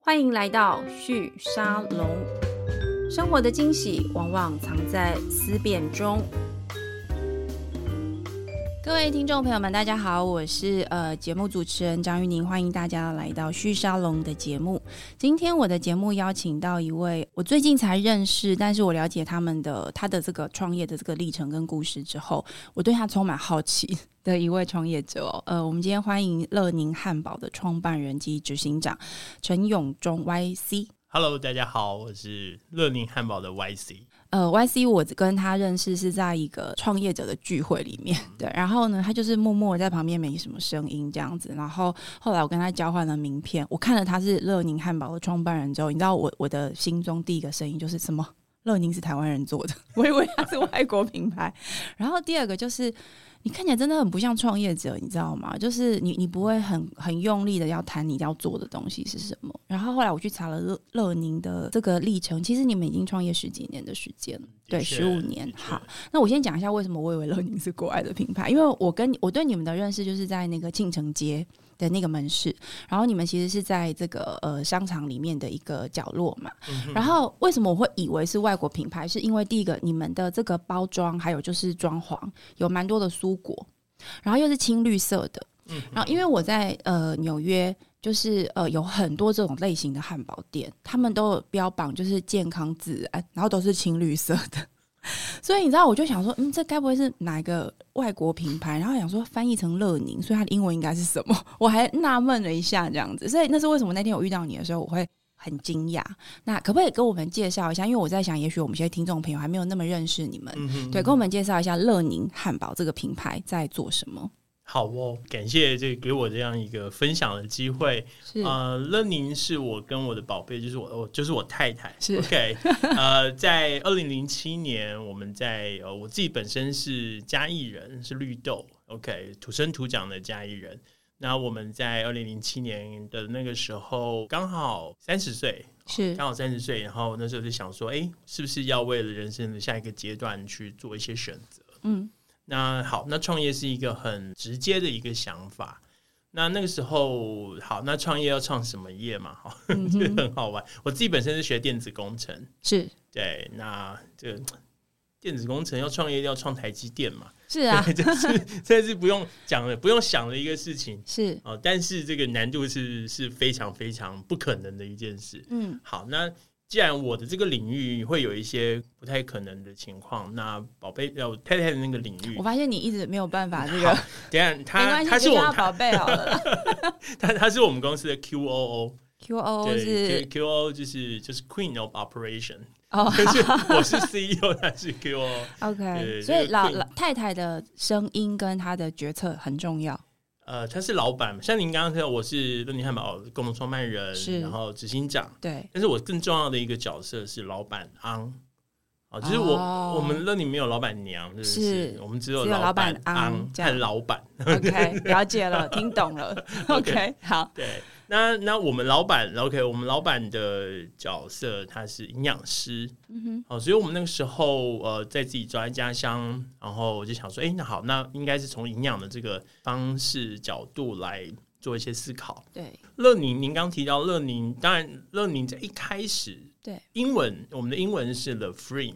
欢迎来到旭沙龙。生活的惊喜往往藏在思辨中。各位听众朋友们大家好，我是节目主持人张玉宁，欢迎大家来到旭沙龙的节目。今天我的节目邀请到一位我最近才认识，但是我了解他的这个创业的这个历程跟故事之后，我对他充满好奇的一位创业者我们今天欢迎乐宁汉堡的创办人及执行长陈永忠 YC。Hello， 大家好，我是乐宁汉堡的 YC。 YC 我跟他认识是在一个创业者的聚会里面，对，然后呢，他就是默默在旁边没什么声音这样子，然后后来我跟他交换了名片，我看了他是乐宁汉堡的创办人之后，你知道我的心中第一个声音就是什么？乐宁是台湾人做的，我以为他是外国品牌。然后第二个就是你看起来真的很不像创业者，你知道吗？就是你不会很用力的要谈你要做的东西是什么。然后后来我去查了乐宁的这个历程，其实你们已经创业10几年的时间了，对，15年。好，那我先讲一下为什么我以为乐宁是国外的品牌，因为我对你们的认识就是在那个庆城街的那个门市，然后你们其实是在这个商场里面的一个角落嘛。然后为什么我会以为是外国品牌，是因为第一个你们的这个包装还有就是装潢有蛮多的蔬果，然后又是青绿色的。然后因为我在纽约就是有很多这种类型的汉堡店，他们都有标榜就是健康自然，然后都是青绿色的。所以你知道我就想说这该不会是哪一个外国品牌，然后想说翻译成乐宁，所以它的英文应该是什么，我还纳闷了一下这样子。所以那是为什么那天我遇到你的时候我会很惊讶。那可不可以跟我们介绍一下，因为我在想也许我们现在听众朋友还没有那么认识你们，对，跟我们介绍一下乐宁汉堡这个品牌在做什么。 好哦，感谢给我这样一个分享的机会。乐宁是我跟我的宝贝，就是我太太。是 OK， 在2007年，我们在我自己本身是嘉义人，是绿豆 OK， 土生土长的嘉义人。那我们在2007年的那个时候刚好30岁，是刚好30岁，然后那时候就想说，是不是要为了人生的下一个阶段去做一些选择？那好，那创业是一个很直接的一个想法。那个时候，好，那创业要创什么业嘛？就很好玩。我自己本身是学电子工程，是对。那这个电子工程要创业，要创台积电嘛？是啊，这是不用讲的，不用想的一个事情。是但是这个难度是非常非常不可能的一件事。好，那既然我的这个领域会有一些不太可能的情况，那宝贝我太太的那个领域，我发现你一直没有办法这个。 等一下他是我宝贝好了他是我们公司的 QOO 是 QOO 就是 Queen of Operation。就是我是 CEO， 他是 QOO。OK， 所以太太的声音跟他的决策很重要。 他是老板，像您刚刚说，我是乐宁汉堡共同创办人，然后执行长。对，但是我更重要的一个角色是老板昂。就是我们乐宁没有老板娘，是我们只有老板昂和老板。 OK， 了解了，听懂了。OK， 好。 对，那我们老板 OK， 我们老板的角色他是营养师。所以我们那个时候在自己抓在家乡，然后我就想说，那好，那应该是从营养的这个方式角度来做一些思考。对，乐宁，您刚提到乐宁，当然乐宁在一开始，对英文，我们的英文是 The Free。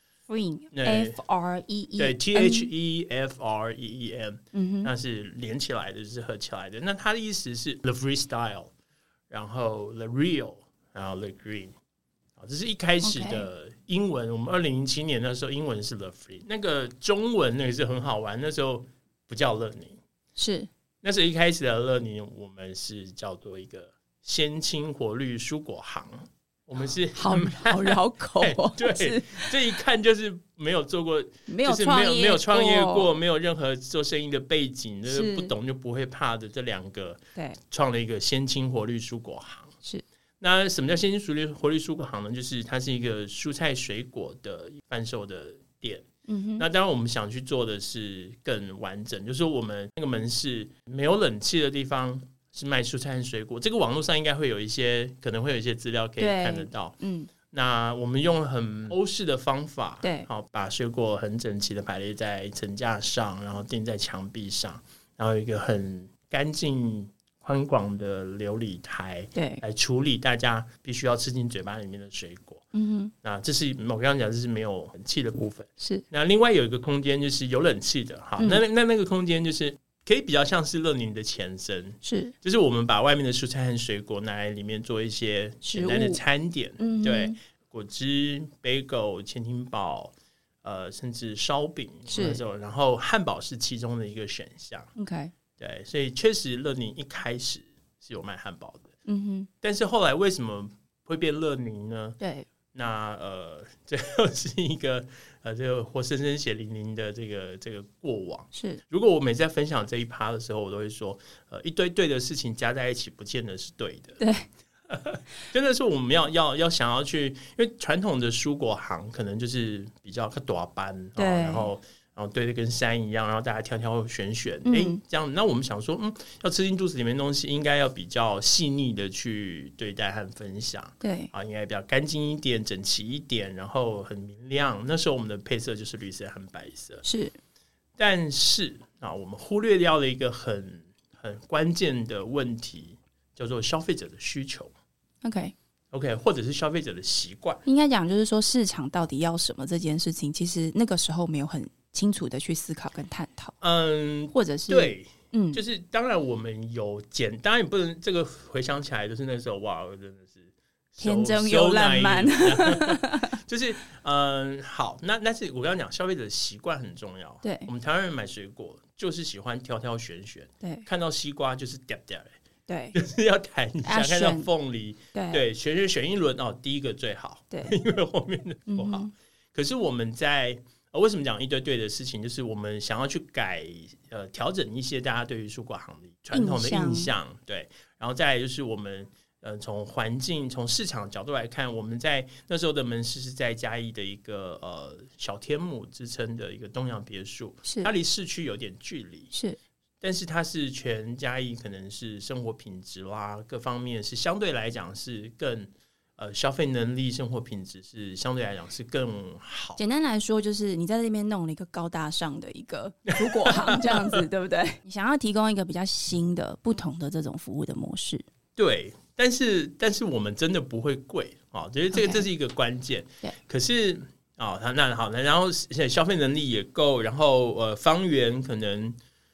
Free， 对 THEFREEM， 那是连起来的，就是合起来的。那它的意思是 The Freestyle， 然后 The Real， 然后 The Green。这是一开始的英文。我们2007年那时候英文是 The Free， 那个中文那个是很好玩，那时候不叫乐宁，是那是一开始的乐宁，我们是叫做一个鲜青活绿蔬果行。我们是好绕口对，这一看就是没有做过，没有创业过，没有任何做生意的背景，就是不懂就不会怕的这两个，对，创了一个鲜青活绿蔬果行。是，那什么叫鲜青活绿蔬果行呢？就是它是一个蔬菜水果的贩售的店。那当然我们想去做的是更完整，就是我们那个门市没有冷气的地方。是卖蔬菜和水果，这个网络上应该会有一些，可能会有一些资料可以看得到。那我们用很欧式的方法，对，好把水果很整齐的排列在层架上，然后钉在墙壁上，然后有一个很干净宽广的流理台， 对， 来处理大家必须要吃进嘴巴里面的水果。那这是我刚刚讲，这是没有冷气的部分。 是， 那另外有一个空间就是有冷气的，好，那个空间就是可以比较像是乐宁的前身， 是， 就是我们把外面的蔬菜和水果拿来里面做一些简单的餐点，对，果汁、bagel、潜艇堡，甚至烧饼是，然后汉堡是其中的一个选项。 OK， 对，所以确实乐宁一开始是有卖汉堡的，但是后来为什么会变乐宁呢？ 对。 那这又是一个这个活生生血淋淋的这个过往。是，如果我每次在分享这一趴的时候，我都会说，一堆对的事情加在一起，不见得是对的。 对， 真的是我们要想要去，因为传统的蔬果行可能就是比较大班，对，然后堆得跟山一样，然后大家挑挑选选，这样。那我们想说，要吃进肚子里面的东西，应该要比较细腻的去对待和分享，对啊，应该比较干净一点、整齐一点，然后很明亮。那时候我们的配色就是绿色和白色，是。但是我们忽略掉了一个很关键的问题，叫做消费者的需求。OK， 或者是消费者的习惯。 应该讲就是说，市场到底要什么这件事情，其实那个时候没有很清楚的去思考跟探讨，或者是对，就是当然我们有当然也不能这个回想起来，就是那时候哇，真的是天真又烂漫， 就是好，那是我刚刚讲消费者的习惯很重要。对，我们台湾人买水果就是喜欢挑挑选选，对，看到西瓜就是嗲嗲对，就是要弹一下，看到凤梨，对，选一轮第一个最好，对，因为后面的不好。可是我们在为什么讲一堆对的事情，就是我们想要去调整一些大家对于蔬果行的传统的印象，对，然后再来就是我们从环境、从市场角度来看，我们在那时候的门市是在嘉义的一个小天母之称的一个东洋别墅，它离市区有点距离，是。但是它是全嘉义可能是生活品质啦各方面是相对来讲是更消费能力生活品质是相对来讲是更好。 简单来说就是你在这边弄了一个高大上的一个蔬果行这样子对不对？你想要提供一个比较新的不同的这种服务的模式。 对，但是我们真的不会贵觉得这是一个关键。对，可是那好，然后消费能力也够，然后方圆可能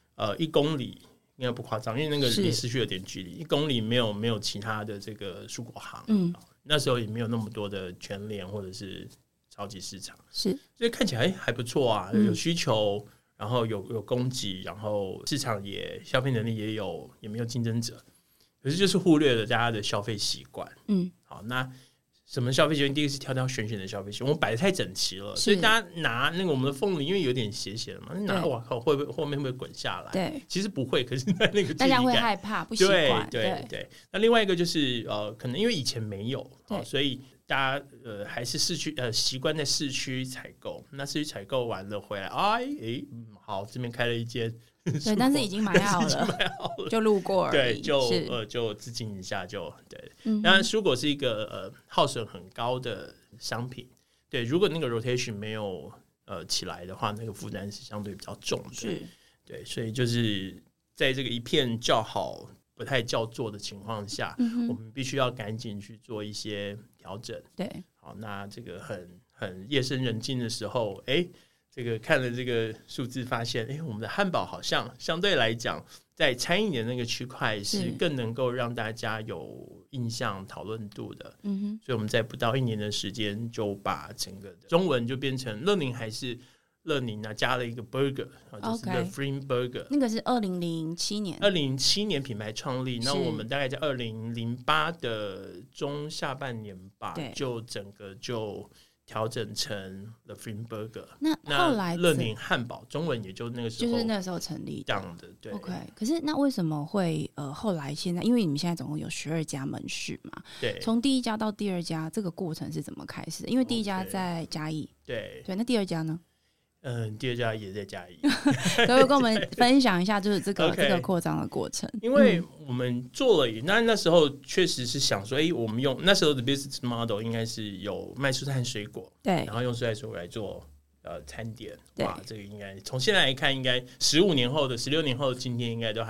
1公里应该不夸张，因为那个离市区有点距离，1公里没有其他的这个蔬果行，那时候也没有那么多的全联或者是超级市场，是，所以看起来还不错啊，有需求，然后有供给，然后市场也消费能力也没有竞争者，可是就是忽略了大家的消费习惯，好，那什么消费习惯？第一个是挑挑选选的消费习惯，我们摆得太整齐了，所以大家拿那个我们的凤梨，因为有点斜斜的嘛，拿哇靠，会不会后面会滚下来？对，其实不会，可是在那个大家会害怕，不习惯。 对。那另外一个就是可能因为以前没有，所以大家还是市区习惯在市区采购。那市区采购完了回来，好，这边开了一间。 对，但是已经买好了，就路过而已。 对，就自进一下就对。当然，蔬果是一个耗损很高的商品。对，如果那个 rotation 没有起来的话，那个负担是相对比较重的。是，对，所以就是在这个一片叫好不太叫座的情况下，我们必须要赶紧去做一些调整。对，好，那这个很夜深人静的时候，这个看了这个数字，发现我们的汉堡好像相对来讲，在餐饮的那个区块是更能够让大家有印象、讨论度的。所以我们在不到1年的时间，就把整个的中文就变成乐宁还是乐宁加了一个 burger， 就是 The Free Burger。 那个是2007年 ，2007年品牌创立，那我们大概在2008的中下半年吧，就整个就调整成 The Free Burger。 那后来乐宁汉堡中文也就那个时候就是那时候成立这样的。对 ，OK。可是那为什么会后来现在，因为你们现在总共有12家门市嘛？对。从第1家到第2家，这个过程是怎么开始的？因为第1家在嘉义，对，那第2家呢？ 第2家也在嘉义， 可以跟我们分享一下，就是这个扩张的过程。 因为我们做了，那时候确实是想说，我们用那时候的 business model 应该是有卖蔬菜和水果，对，然后用蔬菜水果来做餐点。哇，这个应该从现在来看，应该15年后的16年后的今天，应该都还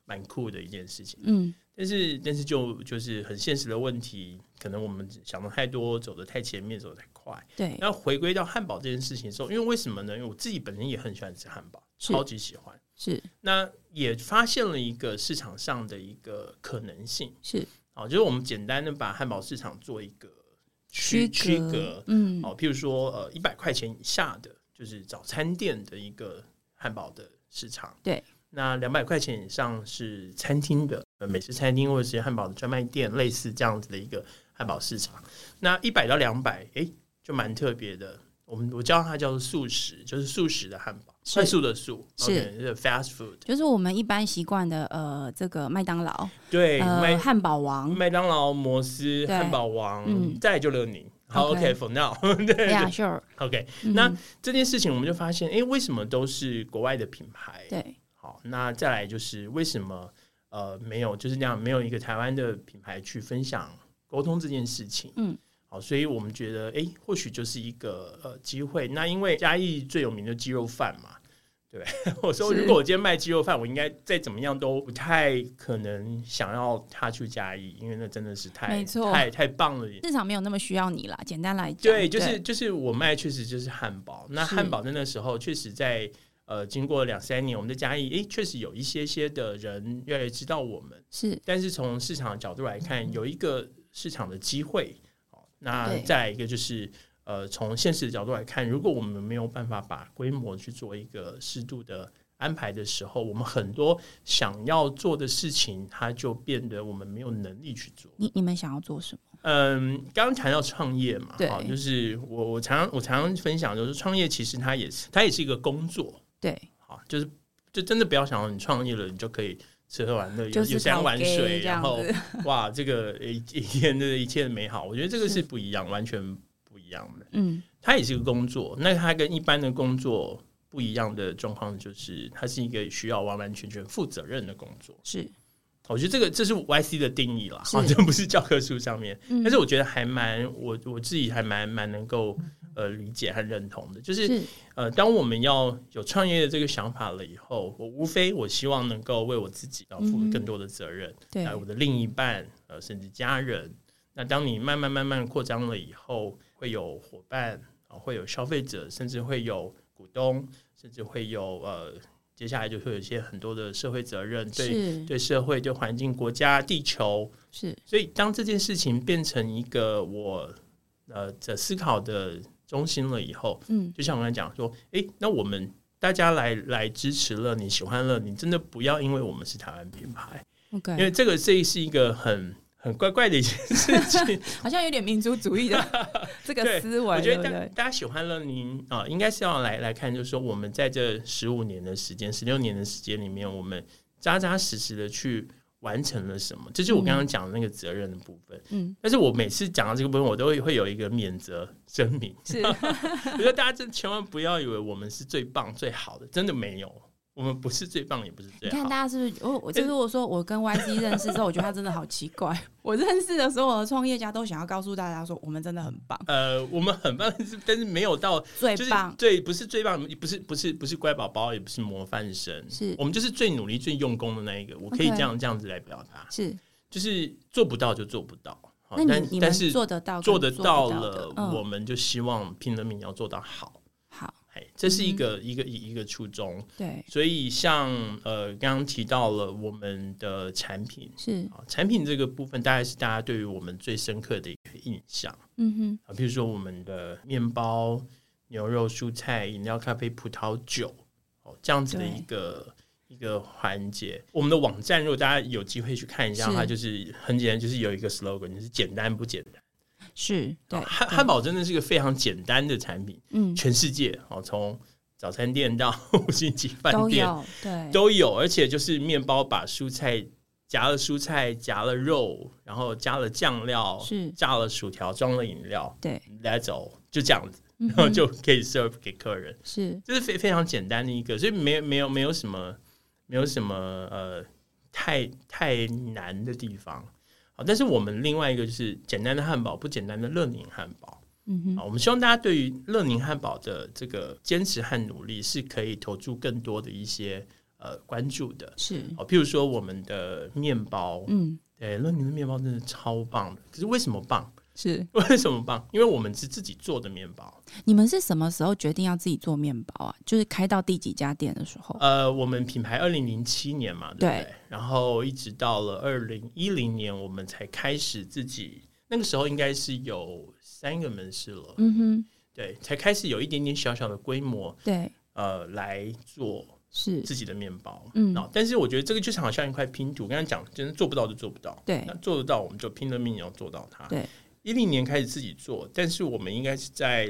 蛮酷的一件事情。但是就是很现实的问题，可能我们想的太多，走得太前面，走得太快。 对， 那回归到汉堡这件事情的时候，因为什么呢？因为我自己本身也很喜欢吃汉堡，超级喜欢。 是， 那也发现了一个市场上的一个可能性， 是， 就是我们简单的把汉堡市场做一个区隔，譬如说100块钱以下的，就是早餐店的一个汉堡的市场， 对。 那200块钱以上是餐厅的美食餐厅或者是汉堡的专卖店，类似这样子的一个汉堡市场。那100到200，就蛮特别的。我叫它叫做速食，就是速食的汉堡，快速的速是 fast food， 就是我们一般习惯的这个麦当劳， 对， 汉堡王、 麦当劳、摩斯、汉堡王，再来就乐宁。好 ，OK for now 对 ，Yeah sure OK，那这件事情我们就发现，为什么都是国外的品牌？ 对， 好，那再来就是为什么没有就是这样，没有一个台湾的品牌去分享沟通这件事情？好，所以我们觉得，或许就是一个机会。那因为嘉义最有名的鸡肉饭嘛，对，我说如果我今天卖鸡肉饭，我应该再怎么样都不太可能想要他去嘉义，因为那真的是太棒了， 市场没有那么需要你啦。简单来讲， 对，就是我卖确实就是汉堡。那汉堡在那时候确实在经过2-3年，我们在嘉义确实有一些的人越来越知道我们是， 但是从市场的角度来看，有一个市场的机会。那再来一个就是从现实的角度来看，如果我们没有办法把规模去做一个适度的安排的时候，我们很多想要做的事情，它就变得我们没有能力去做。 你们想要做什么？ 刚刚谈到创业嘛，对，就是我常常分享，就是创业其实它也是一个工作， 对， 好，就真的不要想到你创业了，你就可以吃喝玩乐，有山玩水，然后哇，这个一天的一切的美好，我觉得这个是不一样，完全不一样的。它也是一个工作，那它跟一般的工作不一样的状况就是，它是一个需要完完全全负责任的工作。 是， 我觉得这是 YC 的定义啦，这不是教科书上面，但是我觉得还蛮我自己还蛮能够理解和认同的，就是当我们要有创业的这个想法了以后，无非我希望能够为我自己要负更多的责任，对我的另一半甚至家人。那当你慢慢扩张了以后，会有伙伴，会有消费者，甚至会有股东，甚至会有接下来就会有一些很多的社会责任，对社会、对环境、国家、地球。是，所以当这件事情变成一个我的思考的中心了以后，就像我刚才讲说，那我们大家来支持了，你喜欢了，你真的不要因为我们是台湾品牌，因为这是一个很怪怪的一件事情， 好像有点民族主义的这个思维。 我觉得大家喜欢了您应该是要来看，就是说我们在这15年的时间、16年的时间里面，我们扎扎实实的去完成了什么？这就是我刚刚讲的那个责任的部分。但是我每次讲到这个部分，我都会有一个免责声明。是，我觉得大家真千万不要以为我们是最棒、最好的，真的没有。我们不是最棒，也不是最好。 你看，大家是不是？就是我说我跟 YC 认识之后，我觉得他真的好奇怪。我认识的所有的创业家都想要告诉大家说，我们真的很棒。 我们很棒，但是没有到最棒。 对，不是最棒，不是乖宝宝，也不是模范生。是我们就是最努力、最用功的那一个。我可以这样子来表达。是，就是做不到就做不到。 那你们做得到了，我们就希望拼了命要做到好。这是一个初衷。对，所以像刚刚提到了我们的产品，是产品这个部分，大概是大家对于我们最深刻的一个印象。比如说我们的面包、牛肉、蔬菜、饮料、咖啡、葡萄酒，这样子的一个环节。我们的网站，如果大家有机会去看一下的话，就是很简单，就是有一个 slogan， 就是简单不简单。是，对，汉堡真的是一个非常简单的产品，全世界从早餐店到5星级饭店都有，而且就是面包把蔬菜夹了蔬菜，夹了肉，然后加了酱料，炸了薯条，装了饮料，对 ，That's all， 就这样子，然后就可以 serve 给客人，是，这是非常简单的一个，所以没有什么太难的地方。但是我们另外一个就是简单的汉堡，不简单的乐宁汉堡。我们希望大家对于乐宁汉堡的这个坚持和努力是可以投注更多的一些关注的。 是譬如说我们的面包，对，乐宁的面包真的超棒的。可是为什么棒？为什么棒？因为我们是自己做的面包。 你们是什么时候决定要自己做面包啊？就是开到第几家店的时候？ 我们品牌2007年嘛，对不对？然后一直到了2010年，我们才开始自己。那个时候应该是有3个门市了，对，才开始有一点点小小的规模， 对， 来做是自己的面包，但是我觉得这个就好像一块拼图，刚才讲，真的做不到就做不到， 对， 那做得到我们就拼了命要做到它， 对。 10年开始自己做，但是我们应该是在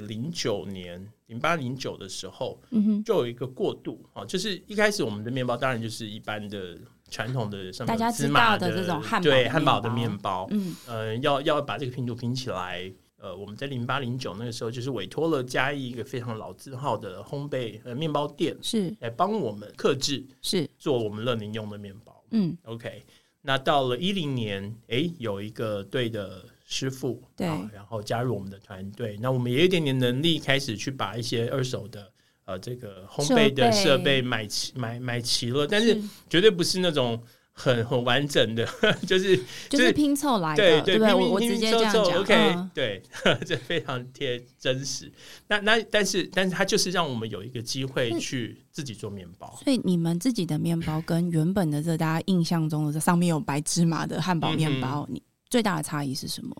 08、09的时候，就有一个过渡，就是一开始我们的面包当然就是一般的传统的什么大家知道的这种汉堡的面包，要把这个拼图拼起来。我们在08、09那个时候，就是委托了嘉义一个非常老字号的烘焙面包店， 是来帮我们客制， 是做我们乐宁用的面包。OK， 那到了10年，有一个对的师傅，对，然后加入我们的团队，那我们也有一点点能力，开始去把一些二手的这个烘焙的设备买齐了，但是绝对不是那种很完整的，就是拼凑来的，对不对？我直接这样讲 ，OK，对，这非常真实。但是它就是让我们有一个机会去自己做面包。 所以你们自己的面包跟原本的这大家印象中的这上面有白芝麻的汉堡面包，你最大的差异是什么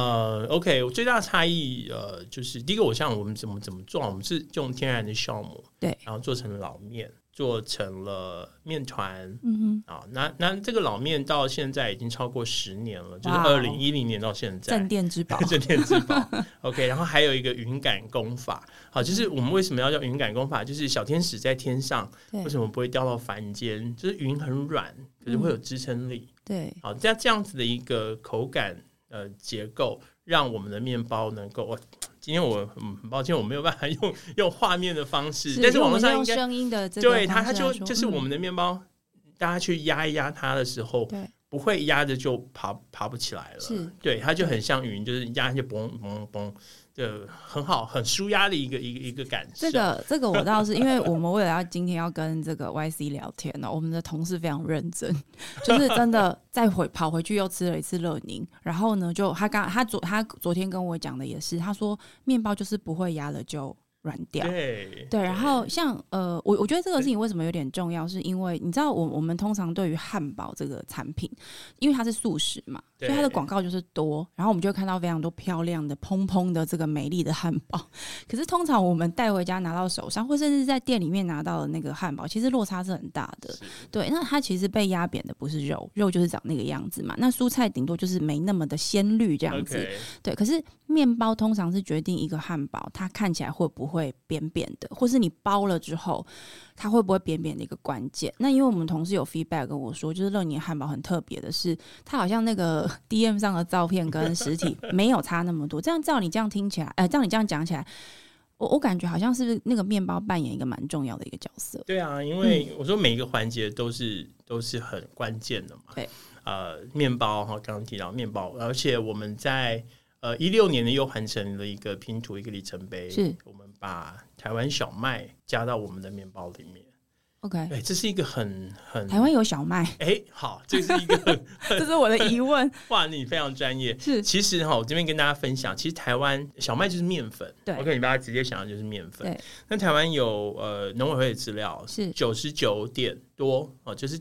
？OK， 我最大的差异就是第一个，我们怎么做，我们是用天然的酵母，对，然后做成老面。做成了面团，那这个老面到现在已经超过10年了，就是2010年到现在， 镇店之宝， 镇店之宝。OK， 然后还有一个云擀工法，好，就是我们为什么要叫云擀工法？就是小天使在天上为什么不会掉到凡间？就是云很软，可是会有支撑力。对，好，这样子的一个口感结构，让我们的面包能够。今天我很抱歉，我没有办法用画面的方式，但是网络上应该用声音的这个对它就是我们的面包，大家去压一压它的时候，不会压着就爬不起来了。是，对，它就很像云，就是压就嘣嘣嘣，就很好，很舒压的一个感受。 这个我倒是因为我们为了今天要跟这个 YC 聊天呢，我们的同事非常认真，就是真的再跑回去又吃了一次乐宁，然后呢，就他昨天跟我讲的也是，他说面包就是不会压了就软掉，对，然后像我觉得这个事情为什么有点重要，是因为你知道我们通常对于汉堡这个产品，因为它是素食嘛，所以它的广告就是多，然后我们就会看到非常多漂亮的蓬蓬的这个美丽的汉堡，可是通常我们带回家拿到手上，或甚至在店里面拿到的那个汉堡，其实落差是很大的。对，那它其实被压扁的不是肉就是长那个样子嘛，那蔬菜顶多就是没那么的鲜绿这样子。对，可是面包通常是决定一个汉堡它看起来会不会扁扁的，或是你包了之后它会不会扁扁的一个关键。那因为我们同事有 feedback 跟我说，就是乐宁汉堡很特别的是，它好像那个 DM 上的照片跟实体没有差那么多。这样照你这样听起来，照你这样讲起来，我感觉好像是那个面包扮演一个蛮重要的一个角色。 对啊，因为我说每一个环节都是很关键的嘛。对，面包刚刚提到面包，而且我们在16年呢又完成了一个拼图，一个里程碑，是我们把台湾小麦加到我们的面包里面。OK， 对，这是一个很台湾有小麦， 好，这是一个这是我的疑问。 哇，你非常专业。是，其实我这边跟大家分享，其实台湾小麦就是面粉，对 ，OK， 你把它直接想到就是面粉。对，那台湾有农委会的资料是99点多就是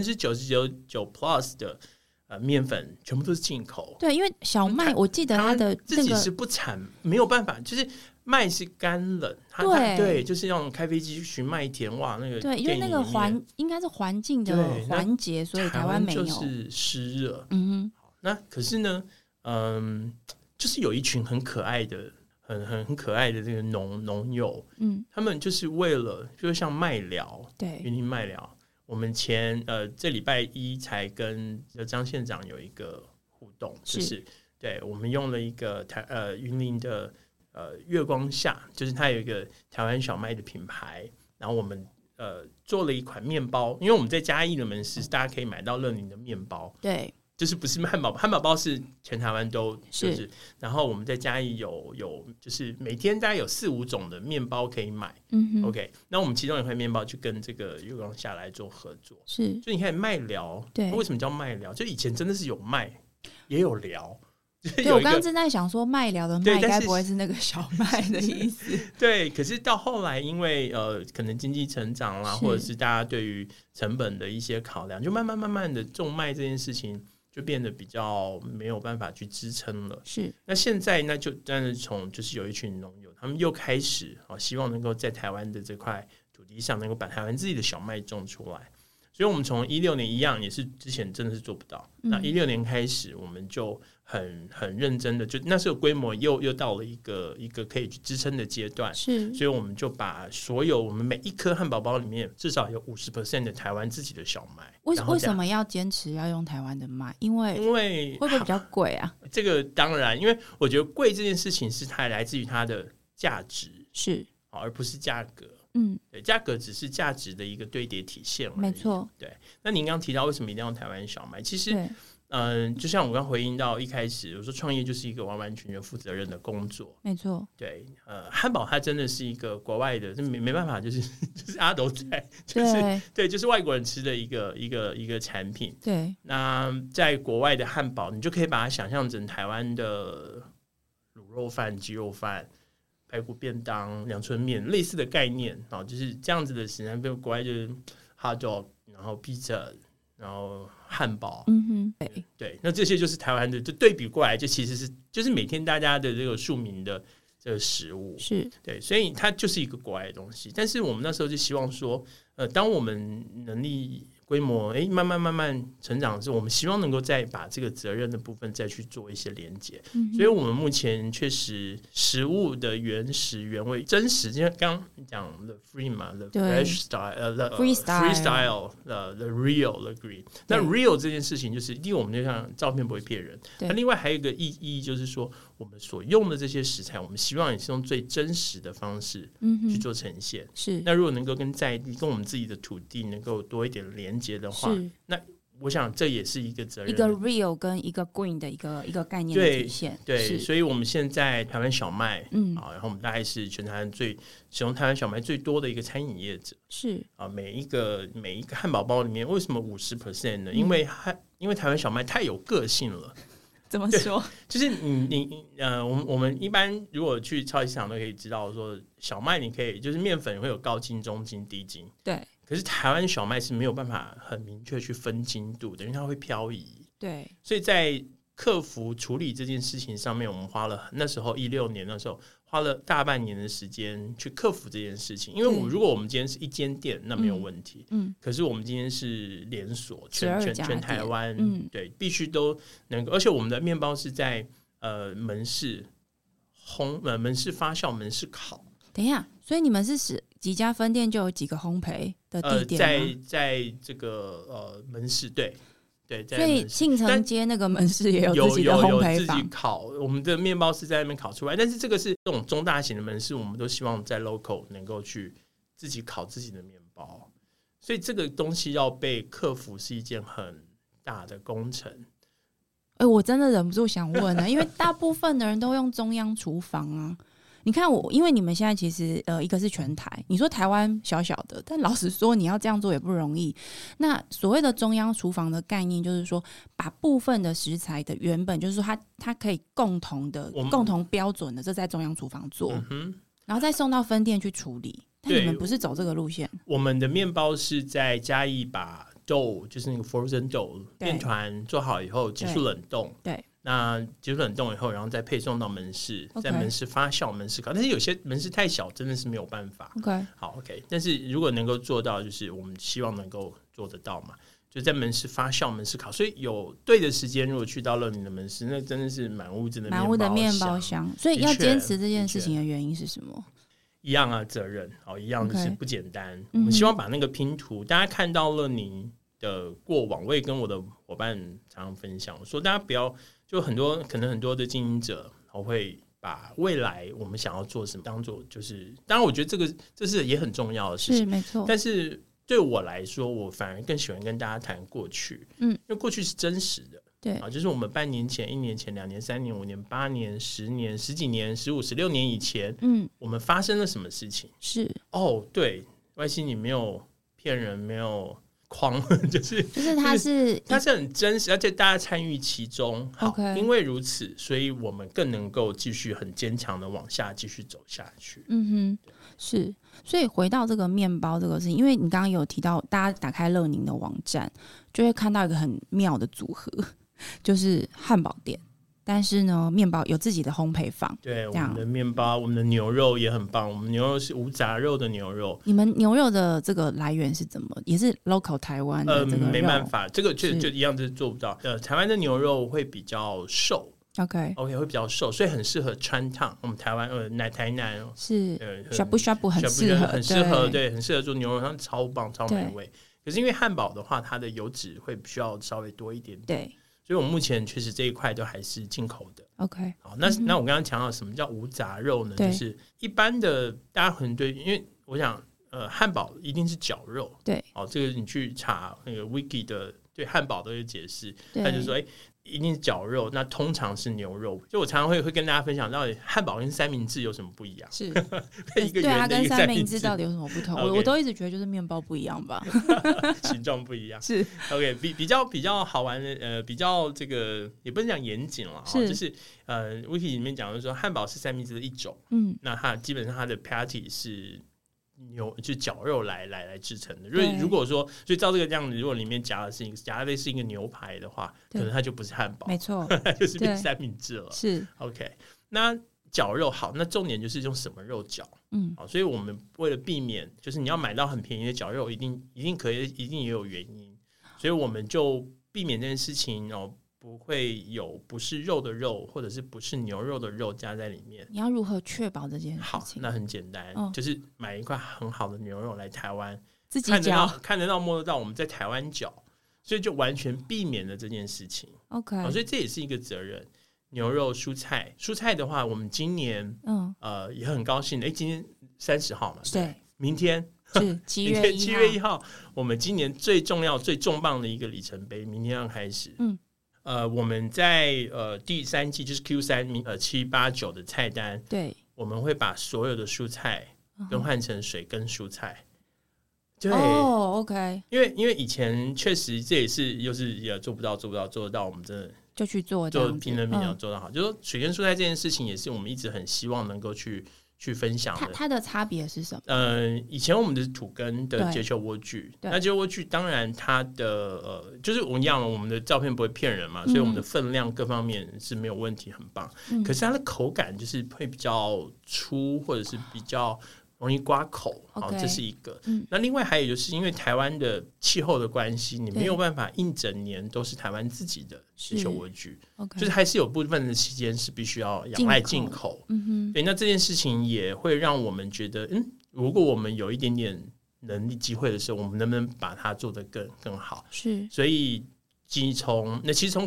99.9% plus 的。面粉全部都是进口。对，因为小麦我记得它的自己是不产，没有办法，就是麦是干冷，对，就是那种开飞机巡麦田，哇，那个对，因为那个应该是环境的环节，所以台湾没有， 就是湿热。那可是呢，就是有一群很可爱的、很可爱的这个农友，他们就是为了，就像麦寮，对，云林麦寮。我们这礼拜1才跟张县长有一个互动，就是对我们用了一个云林的月光下，就是它有一个台湾小麦的品牌，然后我们做了一款面包，因为我们在嘉义的门市大家可以买到乐宁的面包，对， 就是不是汉堡包是全台湾都就是然后我们在嘉义有就是每天大概有4-5种的面包可以买，OK， 那我们其中一块面包就跟这个月光下来做合作， 是就你看麦寮，对，为什么叫麦寮？就以前真的是有麦也有寮。 对，我刚刚正在想说麦寮的麦该不会是那个小麦的意思？ 对，可是到后来因为可能经济成长啦，或者是大家对于成本的一些考量，就慢慢的种麦这件事情就变得比较没有办法去支撑了。是，那现在呢，但是就是有一群农友，他们又开始希望能够在台湾的这块土地上能够把台湾自己的小麦种出来。所以我们从16年一样，也是之前真的是做不到。那16年开始，我们就很认真的，就那时候规模又到了一个可以去支撑的阶段。是，所以我们就把所有我们每一颗汉堡包里面至少有50% 的台湾自己的小麦。 为什么要坚持要用台湾的麦？因为会不会比较贵啊？ 这个当然，因为我觉得贵这件事情是它来自于它的价值，是而不是价格。对，价格只是价值的一个堆叠体现而已。没错，对。那您刚刚提到为什么一定要台湾小麦？其实，就像我刚回应到一开始，我说创业就是一个完完全全负责任的工作。没错，对。汉堡它真的是一个国外的，没办法，就是阿斗仔，就是对，就是外国人吃的一个产品。对。那在国外的汉堡，你就可以把它想象成台湾的卤肉饭、鸡肉饭。排骨便当、阳春面类似的概念，就是这样子的食材。比如国外就是 hot dog， 然后 pizza， 然后汉堡，对，那这些就是台湾的，就对比过来，就其实是就是每天大家的这个庶民的这个食物，是对，所以它就是一个国外的东西。但是我们那时候就希望说，当我们能力规模慢慢成长的时候，我们希望能够再把这个责任的部分再去做一些连结。所以我们目前确实食物的原始原味真实，就像刚刚讲 the free 嘛 the fresh style freestyle the real the green。 那 real 这件事情就是第一，我们就像照片不会骗人，那另外还有一个意义就是说，我们所用的这些食材，我们希望也是用最真实的方式去做呈现。是，那如果能够跟在地跟我们自己的土地能够多一点连结的话，那我想这也是一个责任，一个 real 跟一个 green 的一个概念的体现。 对，所以我们现在台湾小麦，然后我们大概是全台湾使用台湾小麦最多的一个餐饮业者。是每一个汉堡包里面为什么 50% 呢？因为台湾小麦太有个性了。 怎么说？ 就是我们一般如果去超级市场都可以知道说，小麦你可以就是面粉会有高筋、中筋、低筋。对。可是台湾小麦是没有办法很明确去分筋度的，因为它会漂移。对。所以在克服处理这件事情上面，我们花了那时候16年那时候花了大半年的时间去克服这件事情。因为如果我们今天是一间店，那没有问题。可是我们今天是连锁，全台湾，对，必须都能够。而且我们的面包是在门市门市发酵、门市烤。 等一下，所以你们是几家分店就有几个烘焙的地点吗？在这个门市，对。对， 所以庆城街那个门市也有自己的烘焙坊， 自己烤。我们的面包是在那边烤出来，但是这个是这种中大型的门市，我们都希望在 local 能够去自己烤自己的面包，所以这个东西要被克服是一件很大的工程。 我真的忍不住想问因为大部分的人都用中央厨房啊。你看因为你们现在其实一个是全台，你说台湾小小的，但老实说你要这样做也不容易。那所谓的中央厨房的概念就是说，把部分的食材的原本就是说它可以共同标准的，这在中央厨房做，然后再送到分店去处理。但你们不是走这个路线。 我们的面包是在嘉义把豆，就是那个 frozen dough 面团做好以后急速冷冻。对。那急速冷冻以后，然后再配送到门市，在门市发酵、门市烤。但是有些门市太小，真的是没有办法。好 OK。但是如果能够做到，就是我们希望能够做得到嘛，就在门市发酵、门市烤。所以有对的时间，如果去到乐宁的门市，那真的是满屋子的面包香。所以要坚持这件事情的原因是什么？ 一样啊，责任一样就是不简单。我们希望把那个拼图，大家看到乐宁的过往，我也跟我的伙伴常常分享，说大家不要。就可能很多的经营者会把未来我们想要做什么当做就是，当然我觉得这是也很重要的事情，是没错。但是对我来说，我反而更喜欢跟大家谈过去，因为过去是真实的， 对就是我们半年前、1年前、2年、3年、5年、8年、10年、10几年、15、16年以前，我们发生了什么事情？ 是对，YC 你没有骗人，没有框，就是它是很真实，而且大家参与其中。好， okay. 因为如此，所以我们更能够继续很坚强的往下继续走下去。 是。所以回到这个面包这个事情，因为你刚刚有提到，大家打开乐宁的网站，就会看到一个很妙的组合，就是汉堡店。但是呢，面包有自己的烘焙坊。 对，我们的面包，我们的牛肉也很棒。我们牛肉是无杂肉的牛肉。 你们牛肉的这个来源是怎么？也是 local 台湾的这个肉？ 没办法，这个就一样是做不到。台湾的牛肉会比较瘦。OK 会比较瘦，所以很适合川烫。我们台湾台南是shabu很适合， 对，很适合做牛肉汤，超棒超美味。可是因为汉堡的话，它的油脂会需要稍微多一点点，对，所以我们目前确实这一块都还是进口的。 OK， 好，那我刚刚强调什么叫无杂肉呢？就是一般的大家很对，因为我想汉堡一定是绞肉，对，这个你去查那个 Wiki 的对汉堡的解释，他就说一定是绞肉，那通常是牛肉。就我常常会跟大家分享，到底汉堡跟三明治有什么不一样？是一个圆的， 对啊，跟三明治到底有什么不同？我都一直觉得就是面包不一样吧， 形状不一样。 是 OK， 比较好玩的，比较这个也不能讲严谨了，就是Wiki 里面讲的说，汉堡是三明治的一种，那它基本上它的 patty 是就绞肉来制成的。如果说，所以照这个样子，如果里面夹的类似一个牛排的话，可能它就不是汉堡， 没错， 就是变三明治了。是 OK， 那绞肉好，那重点就是用什么肉绞？所以我们为了避免，就是你要买到很便宜的绞肉，一定也有原因，所以我们就避免这件事情不会有不是肉的肉或者是不是牛肉的肉加在里面。你要如何确保这件事情？ 好，那很简单，就是买一块很好的牛肉来台湾自己绞， 看得到摸得到，我们在台湾绞，所以就完全避免了这件事情。OK，所以这也是一个责任。牛肉、蔬菜的话，我们今年也很高兴的，今天30号嘛，对，明天是7月1号，我们今年最重要、最重磅的一个里程碑，明天要开始。我们在第3季就是 Q3 7、8、9的菜单，对，我们会把所有的蔬菜更换成水耕蔬菜。对 ，OK， 因为以前确实这也是也做不到，做得到，我们真的就去做拼了命要做到好。就是说水耕蔬菜这件事情，也是我们一直很希望能够去分享的。 它的差别是什么？ 以前我们的土耕的结球莴苣，那结球莴苣当然它的就是我们的照片不会骗人嘛，所以我们的分量各方面是没有问题，很棒。可是它的口感就是会比较粗，或者是比较容易刮口，这是一个。那另外还有就是因为台湾的气候的关系，你没有办法一整年都是台湾自己的结球莴苣，就是还是有部分的期间是必须要仰赖进口。对，那这件事情也会让我们觉得，如果我们有一点点能力机会的时候，我们能不能把它做得更好？是，所以其实从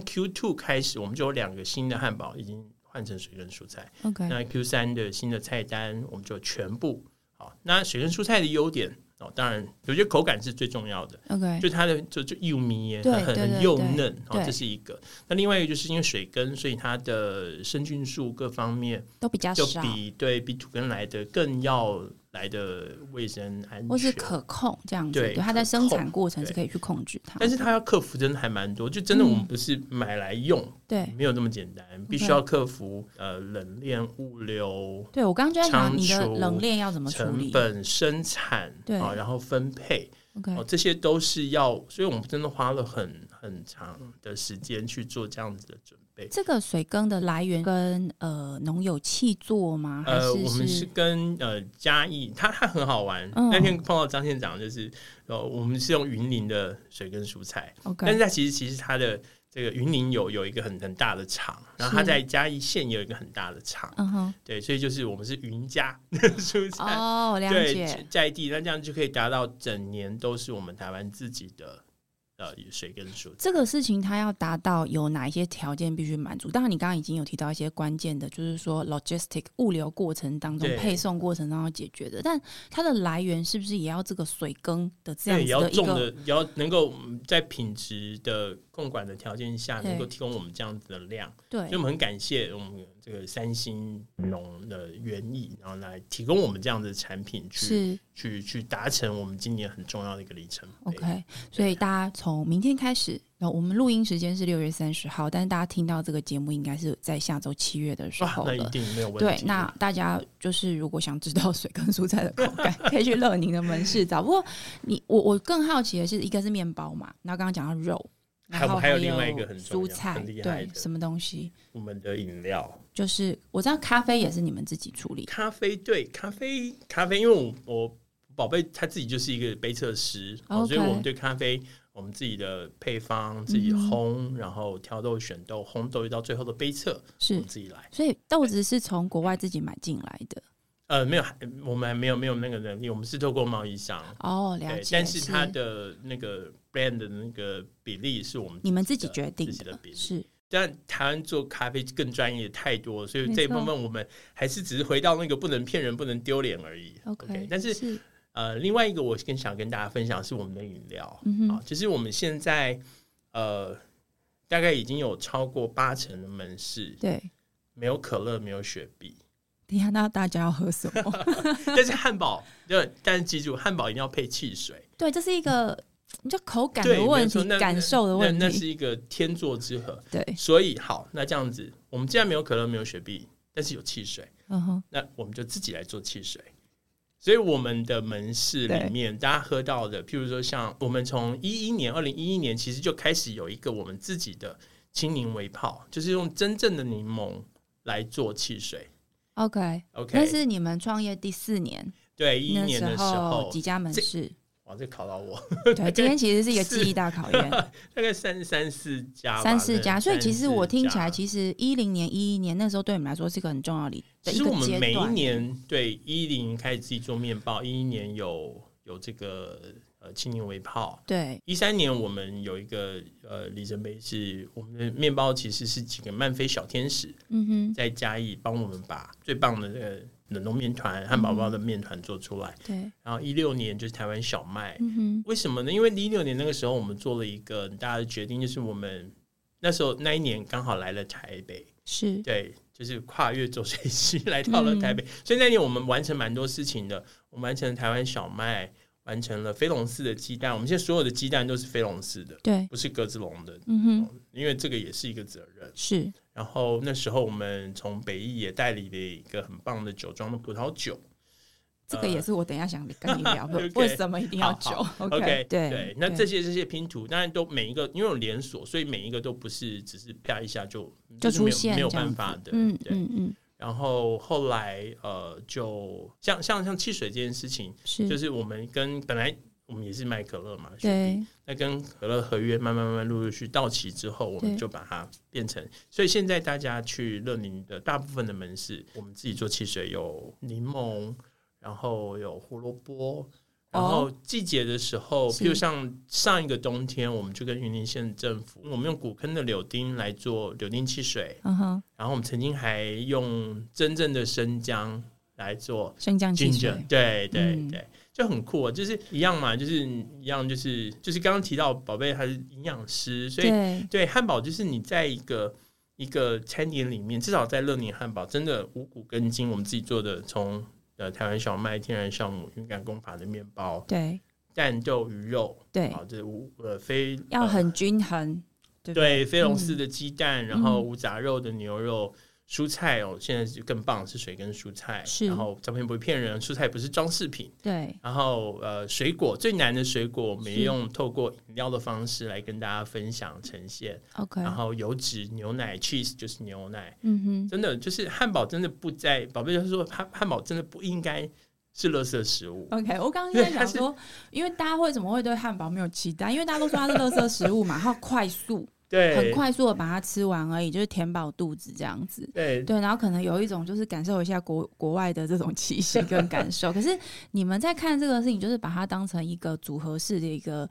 Q2 开始，我们就有2个新的汉堡已经换成水耕蔬菜。那 Q3 的新的菜单，我们就全部。那水耕蔬菜的优点当然我觉得口感是最重要的。就它的就幼米很幼嫩，这是一个。那另外一个就是因为水耕，所以它的生菌数各方面都比较少， 就比土耕来的更要来的卫生安全， 或是可控这样子。对，它在生产过程是可以去控制它， 但是它要克服真的还蛮多，就真的我们不是买来用，对，没有那么简单，必须要克服冷链、物流。 对，我刚刚就在想你的冷链要怎么处理， 成本、生产，对，然后分配。这些都是要，所以我们真的花了很长的时间去做这样子的准备。 这个水耕的来源跟农友契作吗？ 我们是跟嘉义，它很好玩。那天碰到张县长，就是我们是用云林的水耕蔬菜，但是它其实它的这个云林有一个很大的厂，然后它在嘉义县也有一个很大的厂，对，所以就是我们是云家的蔬菜，了解，对，在地，那这样就可以达到整年都是我们台湾自己的水跟蔬菜。 这个事情它要达到有哪一些条件必须满足？当然你刚刚已经有提到一些关键的，就是说 logistic 物流过程当中配送过程当中要解决的，但它的来源是不是也要这个水耕的这样子的一个， 也要种的，也要能够在品质的控管的条件下能够提供我们这样子的量。 对， 所以我们很感谢我们这个三星农的园艺，然后来提供我们这样的产品去达成我们今年很重要的一个里程碑。 OK， 所以大家从明天开始，我们录音时间是6月30号，但是大家听到这个节目应该是在下周7月的时候了。 那一定没有问题。 对，那大家就是如果想知道水跟蔬菜的口感可以去乐宁的门市找。不过我更好奇的是，一个是面包嘛，然后刚刚讲到肉，然后还有另外一个很重要蔬菜， 很厉害的， 对，什么东西？ 我们的饮料， 就是我知道咖啡也是你们自己处理。 咖啡，对，咖啡，因为我宝贝他自己就是一个杯测师，所以我们对咖啡，我们自己的配方自己烘，然后挑豆选豆，烘豆到最后的杯测是我们自己来。 所以豆子是从国外自己买进来的。 没有，我们还没有那个能力，我们是透过贸易商。 哦，了解。 但是它的那个 brand 的那个比例是我们你们自己决定自己的比例。 是， 但台湾做咖啡更专业太多，所以这一部分我们还是只是回到那个不能骗人、不能丢脸而已。 OK， 但是另外一个我更想跟大家分享是我们的饮料。就是我们现在大概已经有超过80%的门市，对，没有可乐，没有雪碧。 等一下，那大家要喝什么？ 但是汉堡，但是记住，汉堡一定要配汽水。 对，这是一个就口感的问题，感受的问题， 那是一个天作之合。 对， 所以好，那这样子，我们既然没有可乐，没有雪碧，但是有汽水，那我们就自己来做汽水。所以我们的门市里面，大家喝到的，譬如说像我们从2011年其实就开始有一个我们自己的青柠微泡，就是用真正的柠檬来做汽水。 OK， 那是你们创业第4年， 对，11年的时候几家门市？ 哇，这考到我。 对，今天其实是一个记忆大考验。 大概三四家， 所以其实我听起来，其实11年那时候对你们来说是一个很重要的一个阶段。 其实我们每一年对10开始自己做面包，11年有这个青柠微泡，对，13年我们有一个里程碑，是我们的面包其实是几个曼菲小天使，在嘉义帮我们把最棒的这个冷冻面团、汉堡包的面团做出来。对，然后16年就是台湾小麦。为什么呢？因为16年那个时候我们做了一个很大的决定，就是我们那时候那一年刚好来了台北，是对，就是跨越浊水溪来到了台北，所以那年我们完成蛮多事情的。我们完成了台湾小麦，完成了飞龙寺的鸡蛋，我们现在所有的鸡蛋都是飞龙寺的，对，不是鸽子笼的。因为这个也是一个责任。是，然后那时候我们从北艺也代理了一个很棒的酒庄的葡萄酒， 这个也是我等一下想跟你聊的。为什么一定要酒 ？OK， 对，那这些拼图当然都每一个因为有连锁，所以每一个都不是只是啪一下就出现， 没有办法的。然后后来就像汽水这件事情，就是我们本来我们也是卖可乐嘛，对，那跟可乐合约慢慢陆续到期之后，我们就把它变成，所以现在大家去乐宁的大部分的门市，我们自己做汽水有柠檬，然后有胡萝卜。然后季节的时候，譬如像上一个冬天，我们就跟云林县政府，我们用古坑的柳丁来做柳丁汽水。然后我们曾经还用真正的生姜来做生姜汽水。 对，就很酷，就是一样嘛，就是刚刚提到宝贝他是营养师，所以对汉堡就是你在一个餐点里面，至少在乐宁汉堡，真的五谷根茎，我们自己做的从。台湾小麦、天然酵母、云感工法的面包，对，蛋豆鱼肉，对，这非要很均衡， 对，飞龙寺的鸡蛋，然后无杂肉的牛肉，蔬菜现在是更棒，是水跟蔬菜，然后照片不会骗人，蔬菜不是装饰品，对，然后水果最难的水果，我们也用透过饮料的方式来跟大家分享呈现 ，OK， 然后油脂牛奶 cheese 就是牛奶，真的就是汉堡真的不在，宝贝就是说汉堡真的不应该是垃圾食物。 OK， 我刚刚在想说，因为大家为什么会对汉堡没有期待？因为大家都说它是垃圾食物嘛，然后快速。对，很快速的把它吃完而已，就是填饱肚子这样子。对，然后可能有一种就是感受一下国外的这种气息跟感受。可是你们在看这个事情，就是把它当成一个组合式的一个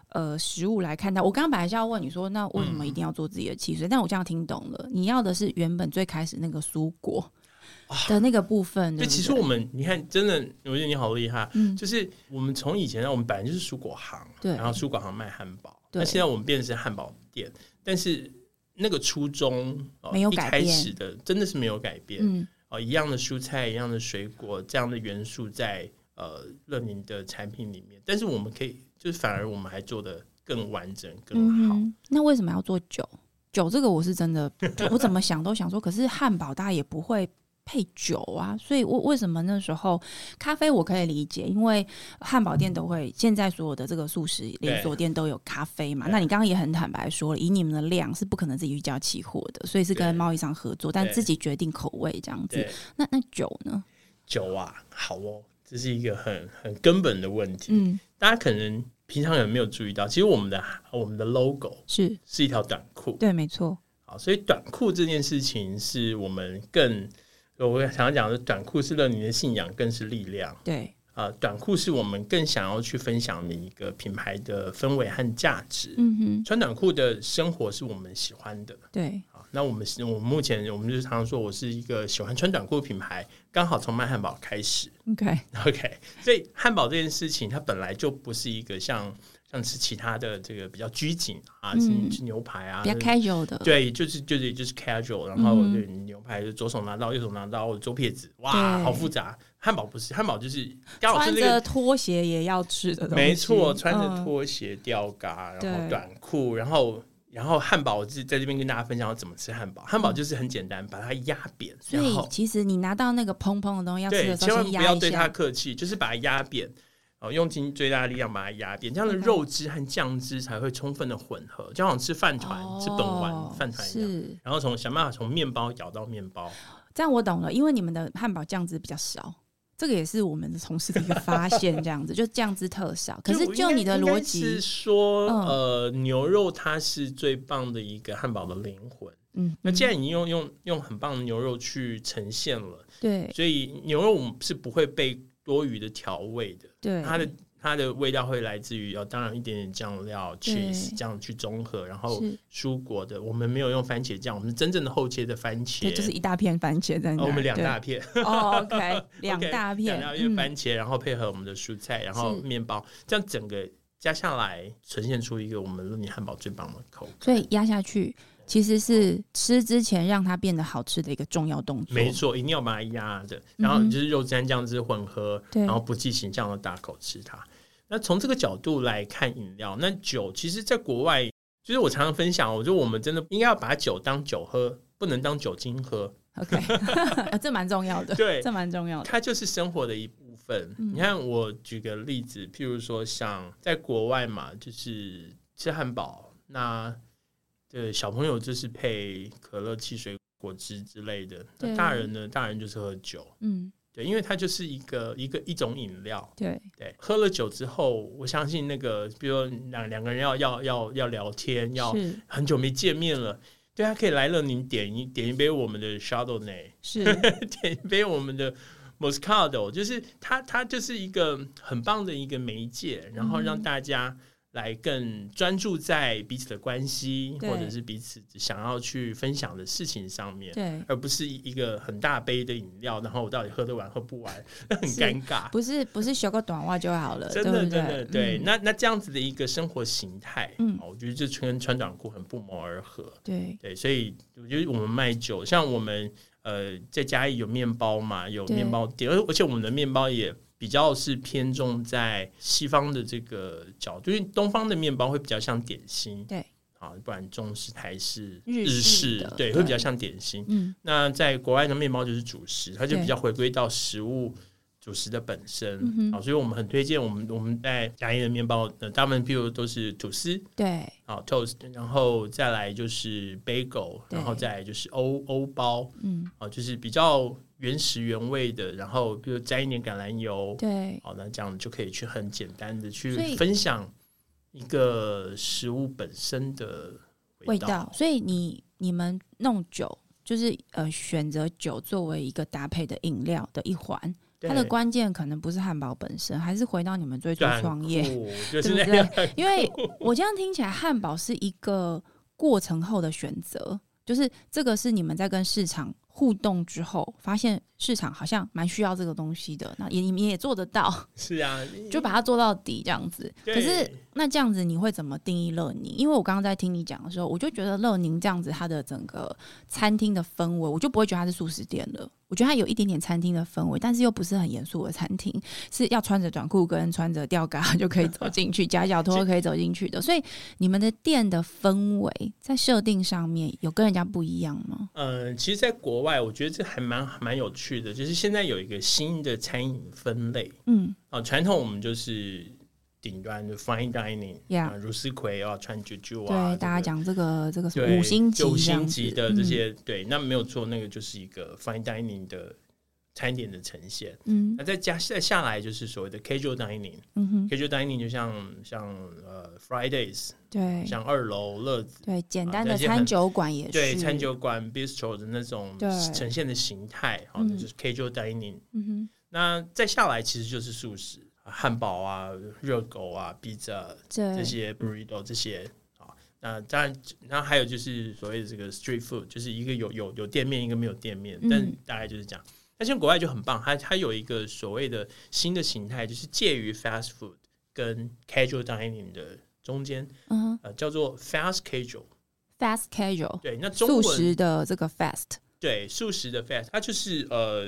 食物来看待。我刚刚本来是要问你说，那为什么一定要做自己的汽水？但我这样听懂了，你要的是原本最开始那个蔬果的那个部分。对， 其实我们你看，真的，我觉得你好厉害。就是我们从以前我们本来就是蔬果行， 对， 然后蔬果行卖汉堡，那现在我们变成是汉堡店，但是那个初衷没有改变， 一开始的真的是没有改变。一样的蔬菜，一样的水果，这样的元素在乐宁的产品里面，但是我们可以，就是反而我们还做得更完整、更好。 那为什么要做酒？酒这个我是真的，我怎么想都想说，可是汉堡大家也不会配酒啊，所以为什么那时候咖啡我可以理解，因为汉堡店都会，现在所有的这个素食连锁店都有咖啡嘛。那你刚刚也很坦白说了，以你们的量是不可能自己去交期货的，所以是跟贸易商合作，但自己决定口味这样子。那酒呢？酒啊，好哦，这是一个很根本的问题。大家可能平常有没有注意到，其实我们的 logo 是一条短裤。 对，没错。 好，所以短裤这件事情是我们我想要讲的，短裤是乐宁的信仰，更是力量。 对， 短裤是我们更想要去分享的一个品牌的氛围和价值。穿短裤的生活是我们喜欢的。 对， 那我们目前我们就常常说，我是一个喜欢穿短裤的品牌，刚好从卖汉堡开始。OK， 所以汉堡这件事情，它本来就不是一个像吃其他的这个比较拘谨啊，吃牛排啊， 比较 casual 的。 对，就是 casual， 然后牛排就左手拿刀，右手拿刀，左撇子，哇，好复杂。汉堡不是，汉堡就是刚好是穿着拖鞋也要吃的东西。 没错，穿着拖鞋、吊嘎，然后短裤，然后汉堡，我是在这边跟大家分享要怎么吃汉堡。汉堡就是很简单，把它压扁。 所以其实你拿到那个蓬蓬的东西要吃的时候， 千万不要对它客气，就是把它压扁。用尽最大的力量把它压扁，这样的肉汁和酱汁才会充分的混合，就好像吃饭团、吃本丸饭团一样。然后想办法从面包咬到面包。 这样我懂了，因为你们的汉堡酱汁比较少，这个也是我们的同事的一个发现。这样子就酱汁特少，可是就你的逻辑是说，牛肉它是最棒的一个汉堡的灵魂。那既然你用很棒的牛肉去呈现了， 对， 所以牛肉是不会被多余的调味的。 对， 它的味道会来自于当然一点点酱料 cheese 这样去综合，然后蔬果的我们没有用番茄酱，我们是真正的后切的番茄， 对，就是一大片番茄在那， 我们2大片。 OK， 两大片番茄，然后配合我们的蔬菜，然后面包，这样整个加下来呈现出一个我们乐宁汉堡最棒的口感。 所以压下去其实是吃之前让它变得好吃的一个重要动作。 没错，一定要把它压着，然后就是肉汁和酱汁混合，然后不计形象的大口吃它。那从这个角度来看饮料，那酒其实在国外，就是我常常分享，我觉得我们真的应该要把酒当酒喝，不能当酒精喝。 OK， 这蛮重要的。 对， 这蛮重要的， 它就是生活的一部分。你看，我举个例子，譬如说像在国外嘛，就是吃汉堡，那小朋友就是配可乐、汽水、果汁之类的。那大人呢？大人就是喝酒。对，因为它就是一种饮料。对，喝了酒之后，我相信那个，比如说两个人要聊天，要很久没见面了，对，他可以来乐宁点一杯我们的 Chardonnay， 是点一杯我们的 Moscato， 就是它就是一个很棒的一个媒介，然后让大家来更专注在彼此的关系，或者是彼此想要去分享的事情上面，对，而不是一个很大杯的饮料，然后我到底喝得完喝不完，很尴尬。 不是修个短袜就好了， 真的真的对。那这样子的一个生活形态，我觉得这跟穿短裤很不谋而合。对，所以我觉得我们卖酒，像我们在嘉义有面包嘛，有面包店，而且我们的面包也比较是偏重在西方的这个角度，因为东方的面包会比较像点心，对，不然中式、台式、日式，对，会比较像点心。那在国外的面包就是主食，它就比较回归到食物主食的本身。所以我们很推荐我们在嘉义的面包，大部分譬如都是吐司，对，toast， 然后再来就是 bagel， 然后再来就是欧包，就是比较原始原味的，然后比如沾一点橄榄油，对，那这样就可以去很简单的去分享一个食物本身的味道。 所以你们弄酒就是选择酒作为一个搭配的饮料的一环， 它的关键可能不是汉堡本身，还是回到你们最初创业， 就是对不对？因为我这样听起来，汉堡是一个过程后的选择，就是这个是你们在跟市场互动之后，发现市场好像蛮需要这个东西的，那你们也做得到， 是啊， 就把它做到底这样子。可是那这样子你会怎么定义乐宁？因为我刚刚在听你讲的时候，我就觉得乐宁这样子，它的整个餐厅的氛围，我就不会觉得它是素食店了。我觉得它有一点点餐厅的氛围，但是又不是很严肃的餐厅，是要穿着短裤跟穿着吊嘎就可以走进去，夹脚拖可以走进去的。所以你们的店的氛围在设定上面有跟人家不一样吗？ 其实在国外我觉得这还蛮有趣的，就是现在有一个新的餐饮分类。传统我们就是顶端的 fine dining， 茹丝葵啊、川久久啊， 对，大家讲这个什么5星级、 5星级的这些，对，那没有错，那个就是一个 fine dining 的餐点的呈现。那再下来就是所谓的 casual dining，casual dining 就像Fridays， 对， 像2楼乐子， 对，简单的餐酒馆也是， 对，餐酒馆 bistro 的那种呈现的形态，那就是 casual dining。那再下来其实就是素食。汉堡啊、热狗啊、pizza 这些 burrito 这些那当然，然后还有就是所谓的这个 street food， 就是一个有店面，一个没有店面，但大概就是这样。那现在国外就很棒，它有一个所谓的新的形态，就是介于 fast food 跟 casual dining 的中间，叫做 fast casual。fast casual， 对，那中文素食的这个 fast， 对，素食的 fast， 它就是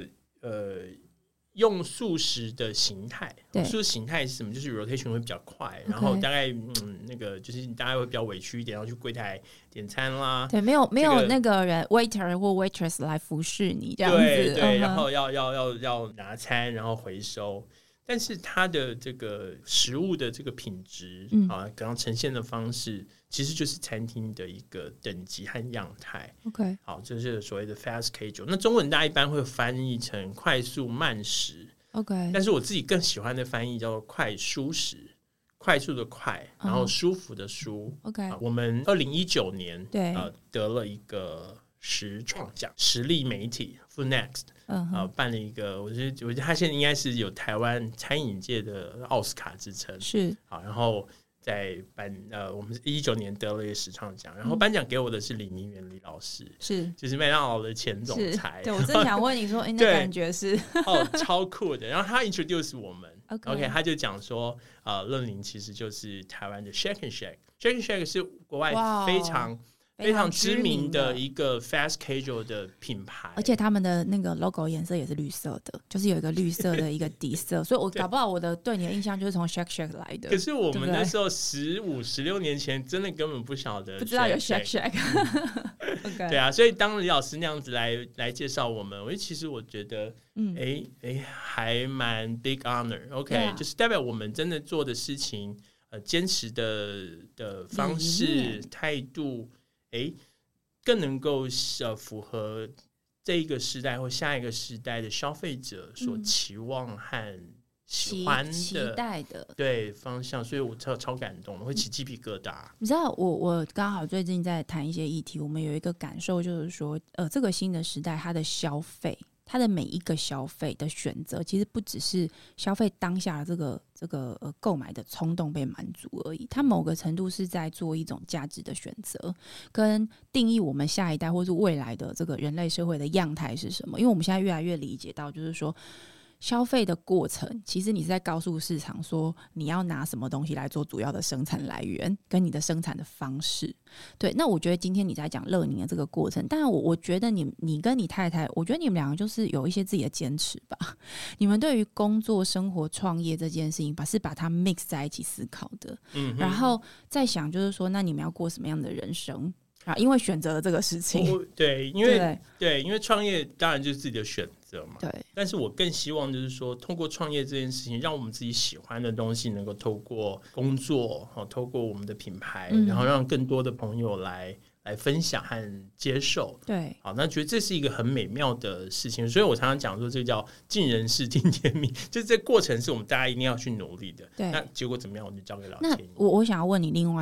用素食的形态，素食形态是什么？就是 rotation 会比较快，然后大概那个就是大家会比较委屈一点，然后去柜台点餐啦。 对，没有那个人 waiter 或 waitress 来服侍你这样子。 对，然后要拿餐，然后回收。但是它的这个食物的这个品质刚刚呈现的方式，其实就是餐厅的一个等级和样态。 OK， 好，这是所谓的 fast casual。那中文大家一般会翻译成快速慢食。 OK， 但是我自己更喜欢的翻译叫做快舒适，快速的快，然后舒服的舒。 OK， 我们2019年得了一个实创奖，实力媒体 Food Next。办了一个，我觉得他现在应该是有台湾餐饮界的奥斯卡之称， 是好，然后在我们2019年得了一个实创奖，然后颁奖给我的是李明远李老师， 是就是麦当劳的前总裁。 对，我正想问你说，那感觉是超酷的。然后他 introduce 我们 ，OK， 他就讲说，乐宁其实就是台湾的 Shake and Shake，Shake and Shake 是国外非常知名的一个 fast casual 的品牌， 而且他们的那个 logo 颜色也是绿色的，就是有一个绿色的一个底色，所以我搞不好我的对你的印象就是从 Shake Shake 来的。 可是我们那时候15、16年前真的根本不晓得， 不知道有 Shake Shake 。 对啊，所以当李老师那样子来介绍我们，其实我觉得，还蛮 big honor。OK， 就是代表我们真的做的事情，坚持的方式、态度。更能够符合这一个时代或下一个时代的消费者所期望和喜欢的期待的对方向，所以我超感动，会起鸡皮疙瘩。 你知道我刚好最近在谈一些议题，我们有一个感受就是说，这个新的时代，它的消费，它的每一个消费的选择，其实不只是消费当下的这个购买的冲动被满足而已，它某个程度是在做一种价值的选择，跟定义我们下一代或是未来的这个人类社会的样态是什么。因为我们现在越来越理解到，就是说消费的过程，其实你是在告诉市场说你要拿什么东西来做主要的生产来源，跟你的生产的方式。对，那我觉得今天你在讲乐宁的这个过程，当然我觉得你跟你太太，我觉得你们两个就是有一些自己的坚持吧。你们对于工作、生活、创业这件事情，是把它 mix 在一起思考的。然后再想就是说，那你们要过什么样的人生？因为选择了这个事情， 对，因为创业当然就是自己的选择嘛。 对， 但是我更希望就是说，通过创业这件事情，让我们自己喜欢的东西能够透过工作，透过我们的品牌，然后让更多的朋友来分享和接受。 对， 好，那觉得这是一个很美妙的事情，所以我常常讲说，这个叫尽人事听天命，就是这过程是我们大家一定要去努力的。 对， 那结果怎么样，我就交给老天。 那我想要问你另外一个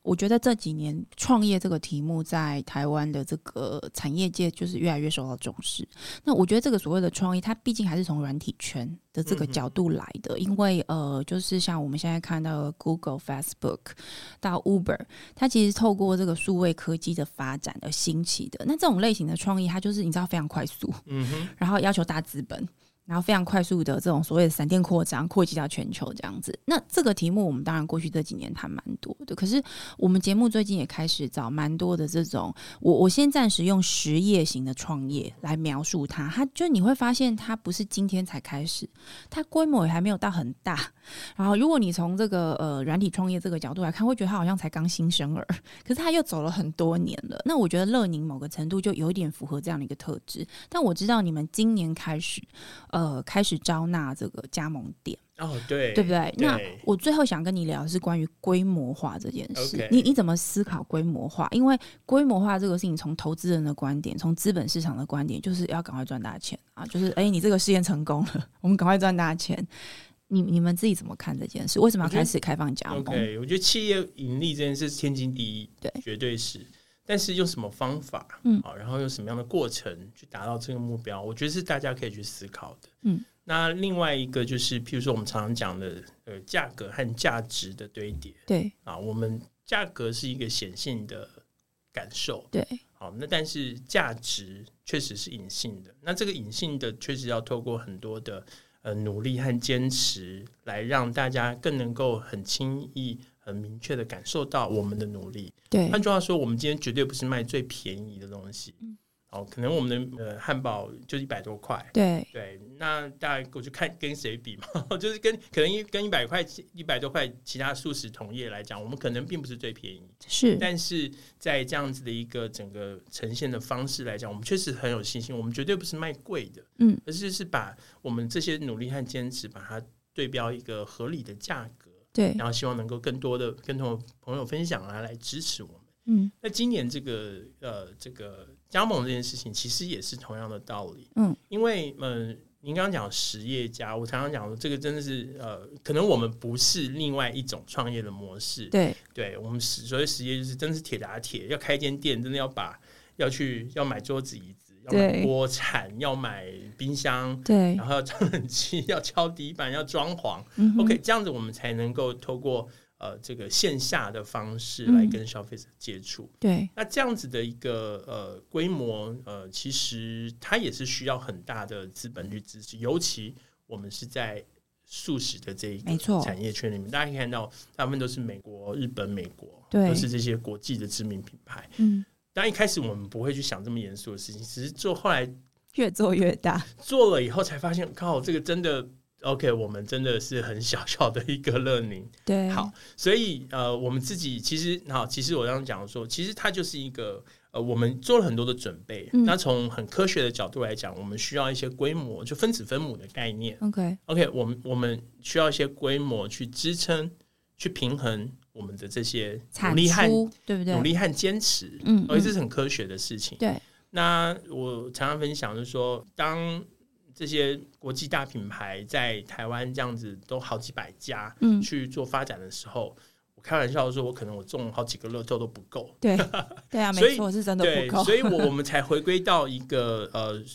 我觉得这几年创业这个题目在台湾的这个产业界就是越来越受到重视。那我觉得这个所谓的创业，它毕竟还是从软体圈的这个角度来的，因为就是像我们现在看到的 Google、Facebook 到 Uber， 它其实透过这个数位科技的发展而兴起的。那这种类型的创意，它就是你知道非常快速，然后要求大资本，然后非常快速的这种所谓的闪电扩张，扩及到全球这样子。那这个题目我们当然过去这几年谈蛮多的，可是我们节目最近也开始找蛮多的这种，我先暂时用实业型的创业来描述它。它就你会发现它不是今天才开始，它规模也还没有到很大。然后如果你从这个软体创业这个角度来看，会觉得它好像才刚新生儿，可是它又走了很多年了。那我觉得乐宁某个程度就有一点符合这样的一个特质。但我知道你们今年开始招纳这个加盟店对不对？那我最后想跟你聊的是关于规模化这件事。 Okay. 你怎么思考规模化？因为规模化这个事情，从投资人的观点，从资本市场的观点，就是要赶快赚大钱啊！就是你这个试验成功了，我们赶快赚大钱。你们自己怎么看这件事？为什么要开始开放加盟？ OK， 我觉得企业盈利这件事天经地义， 对， 绝对是。但是用什么方法，然后用什么样的过程去达到这个目标，我觉得是大家可以去思考的。那另外一个就是，譬如说我们常常讲的价格和价值的堆叠， 对啊，我们价格是一个显性的感受， 对， 好，那但是价值确实是隐性的。那这个隐性的确实要透过很多的努力和坚持，来让大家更能够很轻易、很明确的感受到我们的努力。 对， 换句话说，我们今天绝对不是卖最便宜的东西。可能我们的汉堡就100多块， 对， 那大家我就看跟谁比嘛，就是可能跟100多块其他素食同业来讲，我们可能并不是最便宜， 是， 但是在这样子的一个整个呈现的方式来讲，我们确实很有信心，我们绝对不是卖贵的，而是把我们这些努力和坚持，把它对标一个合理的价格， 对， 然后希望能够更多的跟朋友分享来支持我们。那今年这个加盟这件事情其实也是同样的道理。因为您刚刚讲实业家，我常常讲说这个真的是可能我们不是另外一种创业的模式。对，我们所谓实业就是真的是铁打铁，要开一间店，真的要买桌子椅子，要买锅铲，要买冰箱， 对， 然后要装冷气，要敲底板，要装潢。OK， 这样子我们才能够透过这个线下的方式来跟消费者接触。 对， 那这样子的一个规模，其实它也是需要很大的资本去支持，尤其我们是在素食的这一个产业圈里面，大家可以看到，大部分都是美国、日本、美国，都是这些国际的知名品牌。但一开始我们不会去想这么严肃的事情，只是后来越做越大， 做了以后才发现，靠，这个真的。OK， 我们真的是很小小的一个乐宁。 对， 好，所以我们自己其实我刚刚讲说，其实它就是一个我们做了很多的准备。那从很科学的角度来讲，我们需要一些规模，就分子分母的概念。OK， 我们需要一些规模去支撑、去平衡我们的这些努力和对不对？ 努力和坚持，而且这是很科学的事情。 对， 那我常常分享就是说，当这些国际大品牌在台湾这样子都好几百家去做发展的时候，我开玩笑说，我可能中好几个乐透都不够。 对啊，没错，是真的不够。 所以我们才回归到一个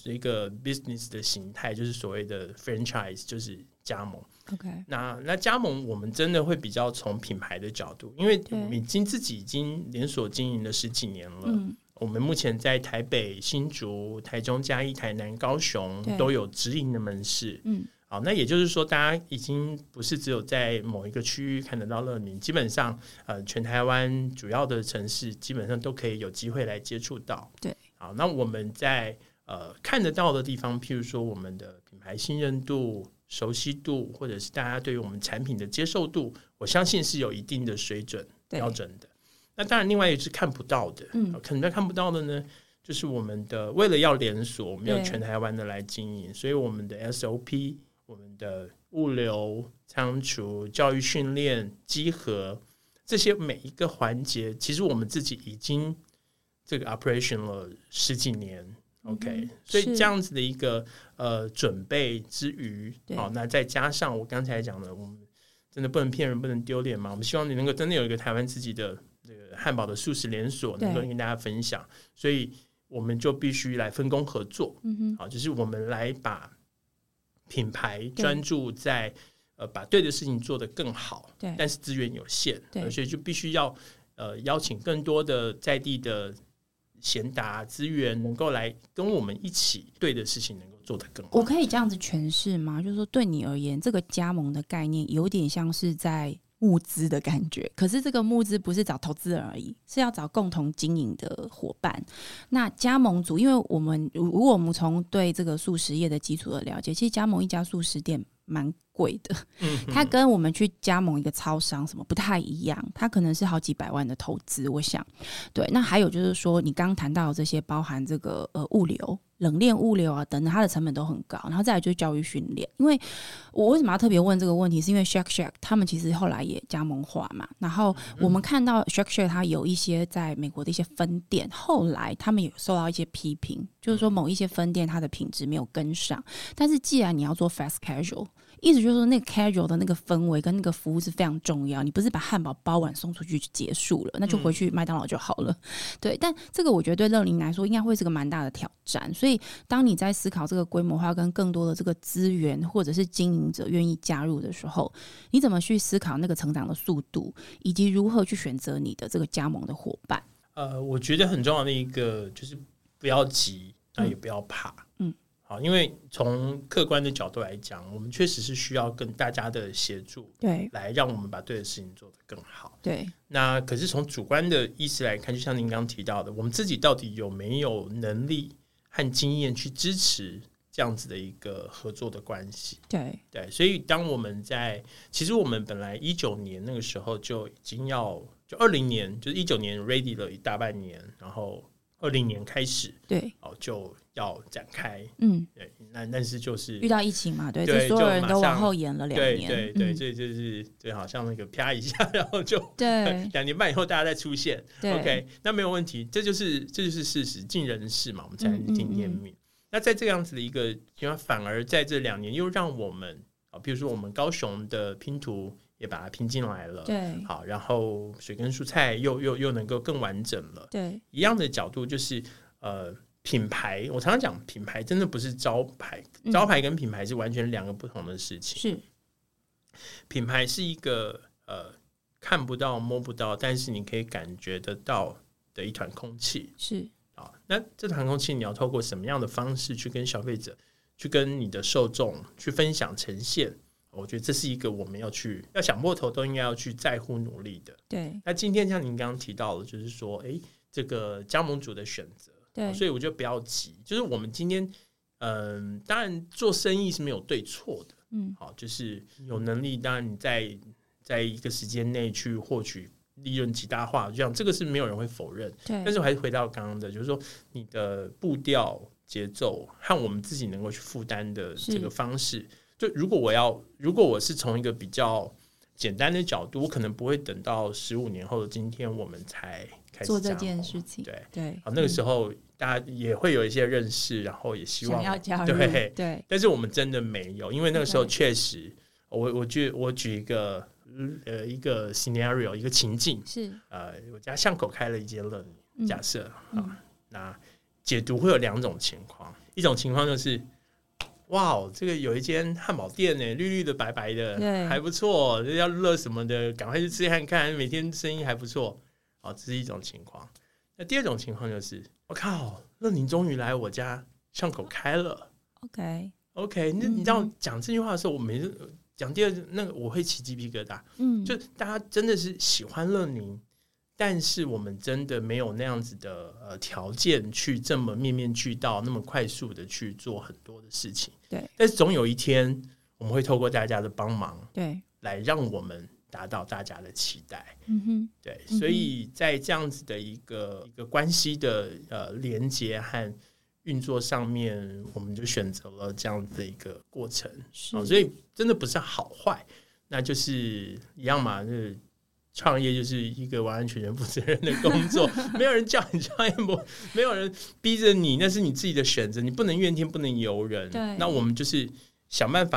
business 的形态，就是所谓的 franchise， 就是加盟。 OK， 那加盟我们真的会比较从品牌的角度，因为我们自己已经连锁经营了10几年了。我们目前在台北、新竹、台中、嘉义、台南、高雄都有直营的门市。好，那也就是说，大家已经不是只有在某一个区域看得到乐宁，基本上全台湾主要的城市基本上都可以有机会来接触到。 对， 好，那我们在看得到的地方，譬如说我们的品牌信任度、熟悉度，或者是大家对于我们产品的接受度，我相信是有一定的水准标准的。那当然，另外也是看不到的，可能看不到的呢，就是我们的为了要连锁，我们要全台湾的来经营，所以我们的 SOP、我们的物流、仓储、教育训练、稽核这些每一个环节，其实我们自己已经这个 operation 了10几年。OK， 所以这样子的一个准备之余，那再加上我刚才讲的，我们真的不能骗人，不能丢脸嘛。我们希望你能够真的有一个台湾自己的这个汉堡的素食连锁能够跟大家分享，所以我们就必须来分工合作。好，就是我们来把品牌专注在把对的事情做得更好，但是资源有限，所以就必须要邀请更多的在地的贤达资源能够来跟我们一起对的事情能够做得更好。 我可以这样子诠释吗？就是说对你而言，这个加盟的概念有点像是在募资的感觉，可是这个募资不是找投资人而已，是要找共同经营的伙伴。那加盟组，因为如果我们从对这个素食业的基础的了解，其实加盟一家素食店蛮贵的，它跟我们去加盟一个超商什么不太一样，它可能是好几百万的投资，我想。对，那还有就是说，你刚刚谈到的这些，包含这个物流、冷链物流啊等等，它的成本都很高。然后再来就是教育训练，因为我为什么要特别问这个问题，是因为 Shake Shack 他们其实后来也加盟化嘛，然后我们看到 Shake Shack 它有一些在美国的一些分店，后来他们也受到一些批评，就是说某一些分店它的品质没有跟上。但是既然你要做 fast casual，意思就是说，那个 casual 的那个氛围跟那个服务是非常重要。你不是把汉堡包完送出去就结束了，那就回去麦当劳就好了。对，但这个我觉得对乐龄来说应该会是个蛮大的挑战。所以，当你在思考这个规模化跟更多的这个资源或者是经营者愿意加入的时候，你怎么去思考那个成长的速度，以及如何去选择你的这个加盟的伙伴？ 我觉得很重要的一个就是不要急，那也不要怕。因为从客观的角度来讲，我们确实是需要跟大家的协助， 对， 来让我们把对的事情做得更好。 对， 那可是从主观的意思来看，就像您刚刚提到的，我们自己到底有没有能力和经验去支持这样子的一个合作的关系？ 对， 所以当我们其实我们本来19年那个时候就已经就20年，就是19年 ready 了一大半年，然后20年开始， 对， 就要展开，对，但是就是遇到疫情嘛，对，所有人都往后延了2年， 对，这就是对，好像那个啪一下，然后就对 2年半以后大家再出现 ，OK， 那没有问题，这就是事实，尽人事嘛，我们才能听天命。那在这样子的一个情况，反而在这2年又让我们比如说我们高雄的拼图也把它拼进来了， 对， 好，然后水跟蔬菜又能够更完整了， 对， 一样的角度就是品牌，我常常讲品牌真的不是招牌，招牌跟品牌是完全2个不同的事情。 是， 品牌是一个看不到摸不到，但是你可以感觉得到的一团空气。是啊，那这团空气你要透过什么样的方式去跟消费者、去跟你的受众去分享呈现？我觉得这是一个我们要想破头都应该要去在乎努力的。对，那今天像您刚刚提到的，就是说，这个加盟主的选择。对，所以我觉得不要急，就是我们今天当然做生意是没有对错的，好，就是有能力，当然你在一个时间内去获取利润极大化，这样这个是没有人会否认。对，但是我还是回到刚刚的，就是说你的步调节奏和我们自己能够去负担的这个方式，就如果我是从一个比较简单的角度，我可能不会等到15年后的今天我们才开始做这件事情。对，好，那个时候大家也会有一些认识，然后也希望想要加入，对，但是我们真的没有，因为那个时候确实，我举一个scenario， 一个情境是我家巷口开了一间乐宁，假设那解读会有2种情况，一种情况就是哇，这个有一间汉堡店呢，绿绿的白白的，还不错，要热什么的赶快去吃看看，每天生意还不错，这是一种情况。那第2种情况就是我靠，乐宁终于来我家巷口开了。OK， 那你知道讲这句话的时候，我每次讲第2那个我会起鸡皮疙瘩，就大家真的是喜欢乐宁，但是我们真的没有那样子的条件去这么面面俱到，那么快速的去做很多的事情。对，但是总有一天我们会透过大家的帮忙，对，来让我们达到大家的期待。对，所以在这样子的一个关系的连接和运作上面，我们就选择了这样子的一个过程。所以真的不是好坏，那就是一样嘛，就是创业就是一个完完全全负责任的工作，没有人叫你创业，没有人逼着你，那是你自己的选择，你不能怨天不能尤人。那我们就是想办法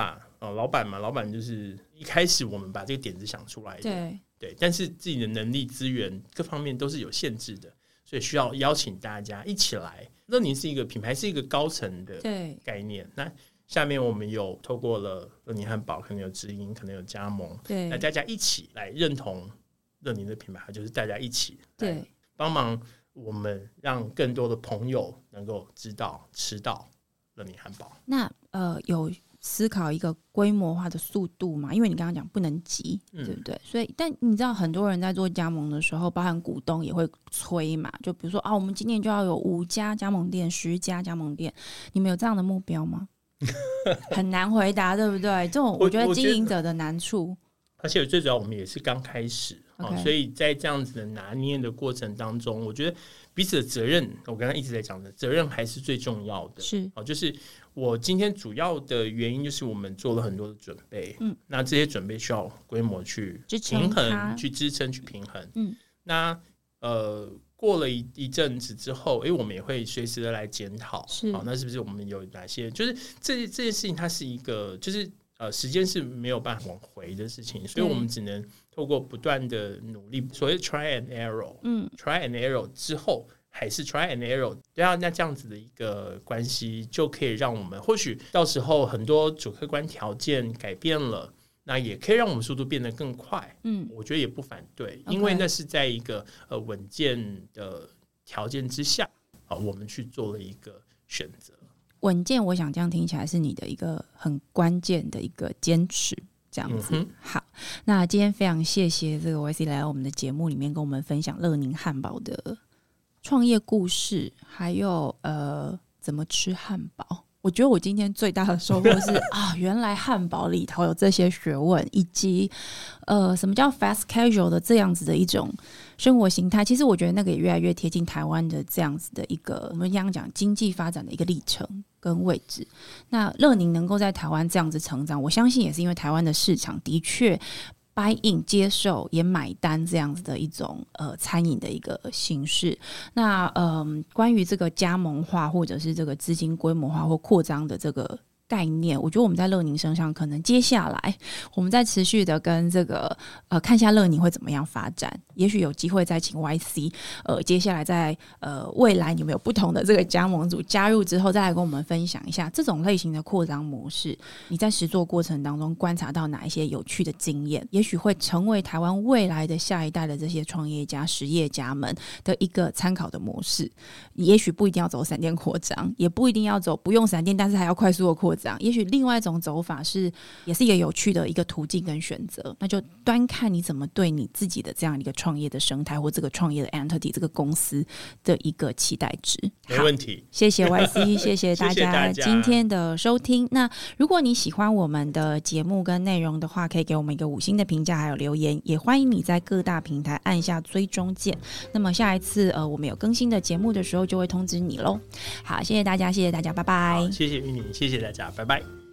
老板嘛，老板就是一开始我们把这个点子想出来的，对，但是自己的能力资源各方面都是有限制的，所以需要邀请大家一起来。乐宁是一个品牌，是一个高层的概念。那下面我们有透过了乐宁汉堡，可能有直营，可能有加盟， 对， 那大家一起来认同乐宁的品牌，就是大家一起来帮忙我们，让更多的朋友能够知道吃到乐宁汉堡。 那有思考一个规模化的速度嘛？因为你刚刚讲不能急，对不对？所以，但你知道很多人在做加盟的时候，包含股东也会催嘛。就比如说我们今年就要有5家加盟店、10家加盟店，你们有这样的目标吗？很难回答，对不对？这种我觉得经营者的难处。 而且最主要，我们也是刚开始，所以在这样子的拿捏的过程当中，我觉得彼此的责任，我刚刚一直在讲的责任还是最重要的。 是， 就是我今天主要的原因就是我们做了很多的准备，那这些准备需要规模去平衡、去支撑、去平衡。那过了一阵子之后，我们也会随时的来检讨，那是不是我们有哪些？就是这件事情，它是一个就是时间是没有办法往回的事情，所以我们只能透过不断的努力，所谓 try and error，try and error 之后还是 try and error， 对啊，那这样子的一个关系就可以让我们或许到时候很多主客观条件改变了。那也可以让我们速度变得更快，我觉得也不反对，因为那是在一个稳健的条件之下，我们去做了一个选择。 稳健，我想这样听起来是你的一个很关键的一个坚持，这样子。好，那今天非常谢谢这个 YC 来到我们的节目里面跟我们分享乐宁汉堡的创业故事，还有怎么吃汉堡。我觉得我今天最大的收获是原来汉堡里头有这些学问，以及什么叫 fast casual 的这样子的一种生活形态。其实我觉得那个也越来越贴近台湾的这样子的一个我们刚刚讲经济发展的一个历程跟位置。那乐宁能够在台湾这样子成长，我相信也是因为台湾的市场的确buy in 接受也买单这样子的一种餐饮的一个形式。那关于这个加盟化或者是这个资金规模化或扩张的这个概念，我觉得我们在乐宁身上可能接下来我们在持续的跟这个看一下乐宁会怎么样发展，也许有机会再请 YC 接下来在未来你们有不同的这个加盟组加入之后，再来跟我们分享一下这种类型的扩张模式，你在实作过程当中观察到哪一些有趣的经验，也许会成为台湾未来的下一代的这些创业家实业家们的一个参考的模式。也许不一定要走闪电扩张，也不一定要走不用闪电但是还要快速的扩张，也许另外一种走法也是一个有趣的一个途径跟选择。那就端看你怎么对你自己的这样一个创业的生态或这个创业的 entity 这个公司的一个期待值。 没问题， 谢谢 YC 谢谢大家今天的收听。那如果你喜欢我们的节目跟内容的话，可以给我们一个5星的评价还有留言，也欢迎你在各大平台按下追踪键，那么下一次我们有更新的节目的时候就会通知你咯。好，谢谢大家拜拜。 谢谢玉妮，谢谢大家，拜拜。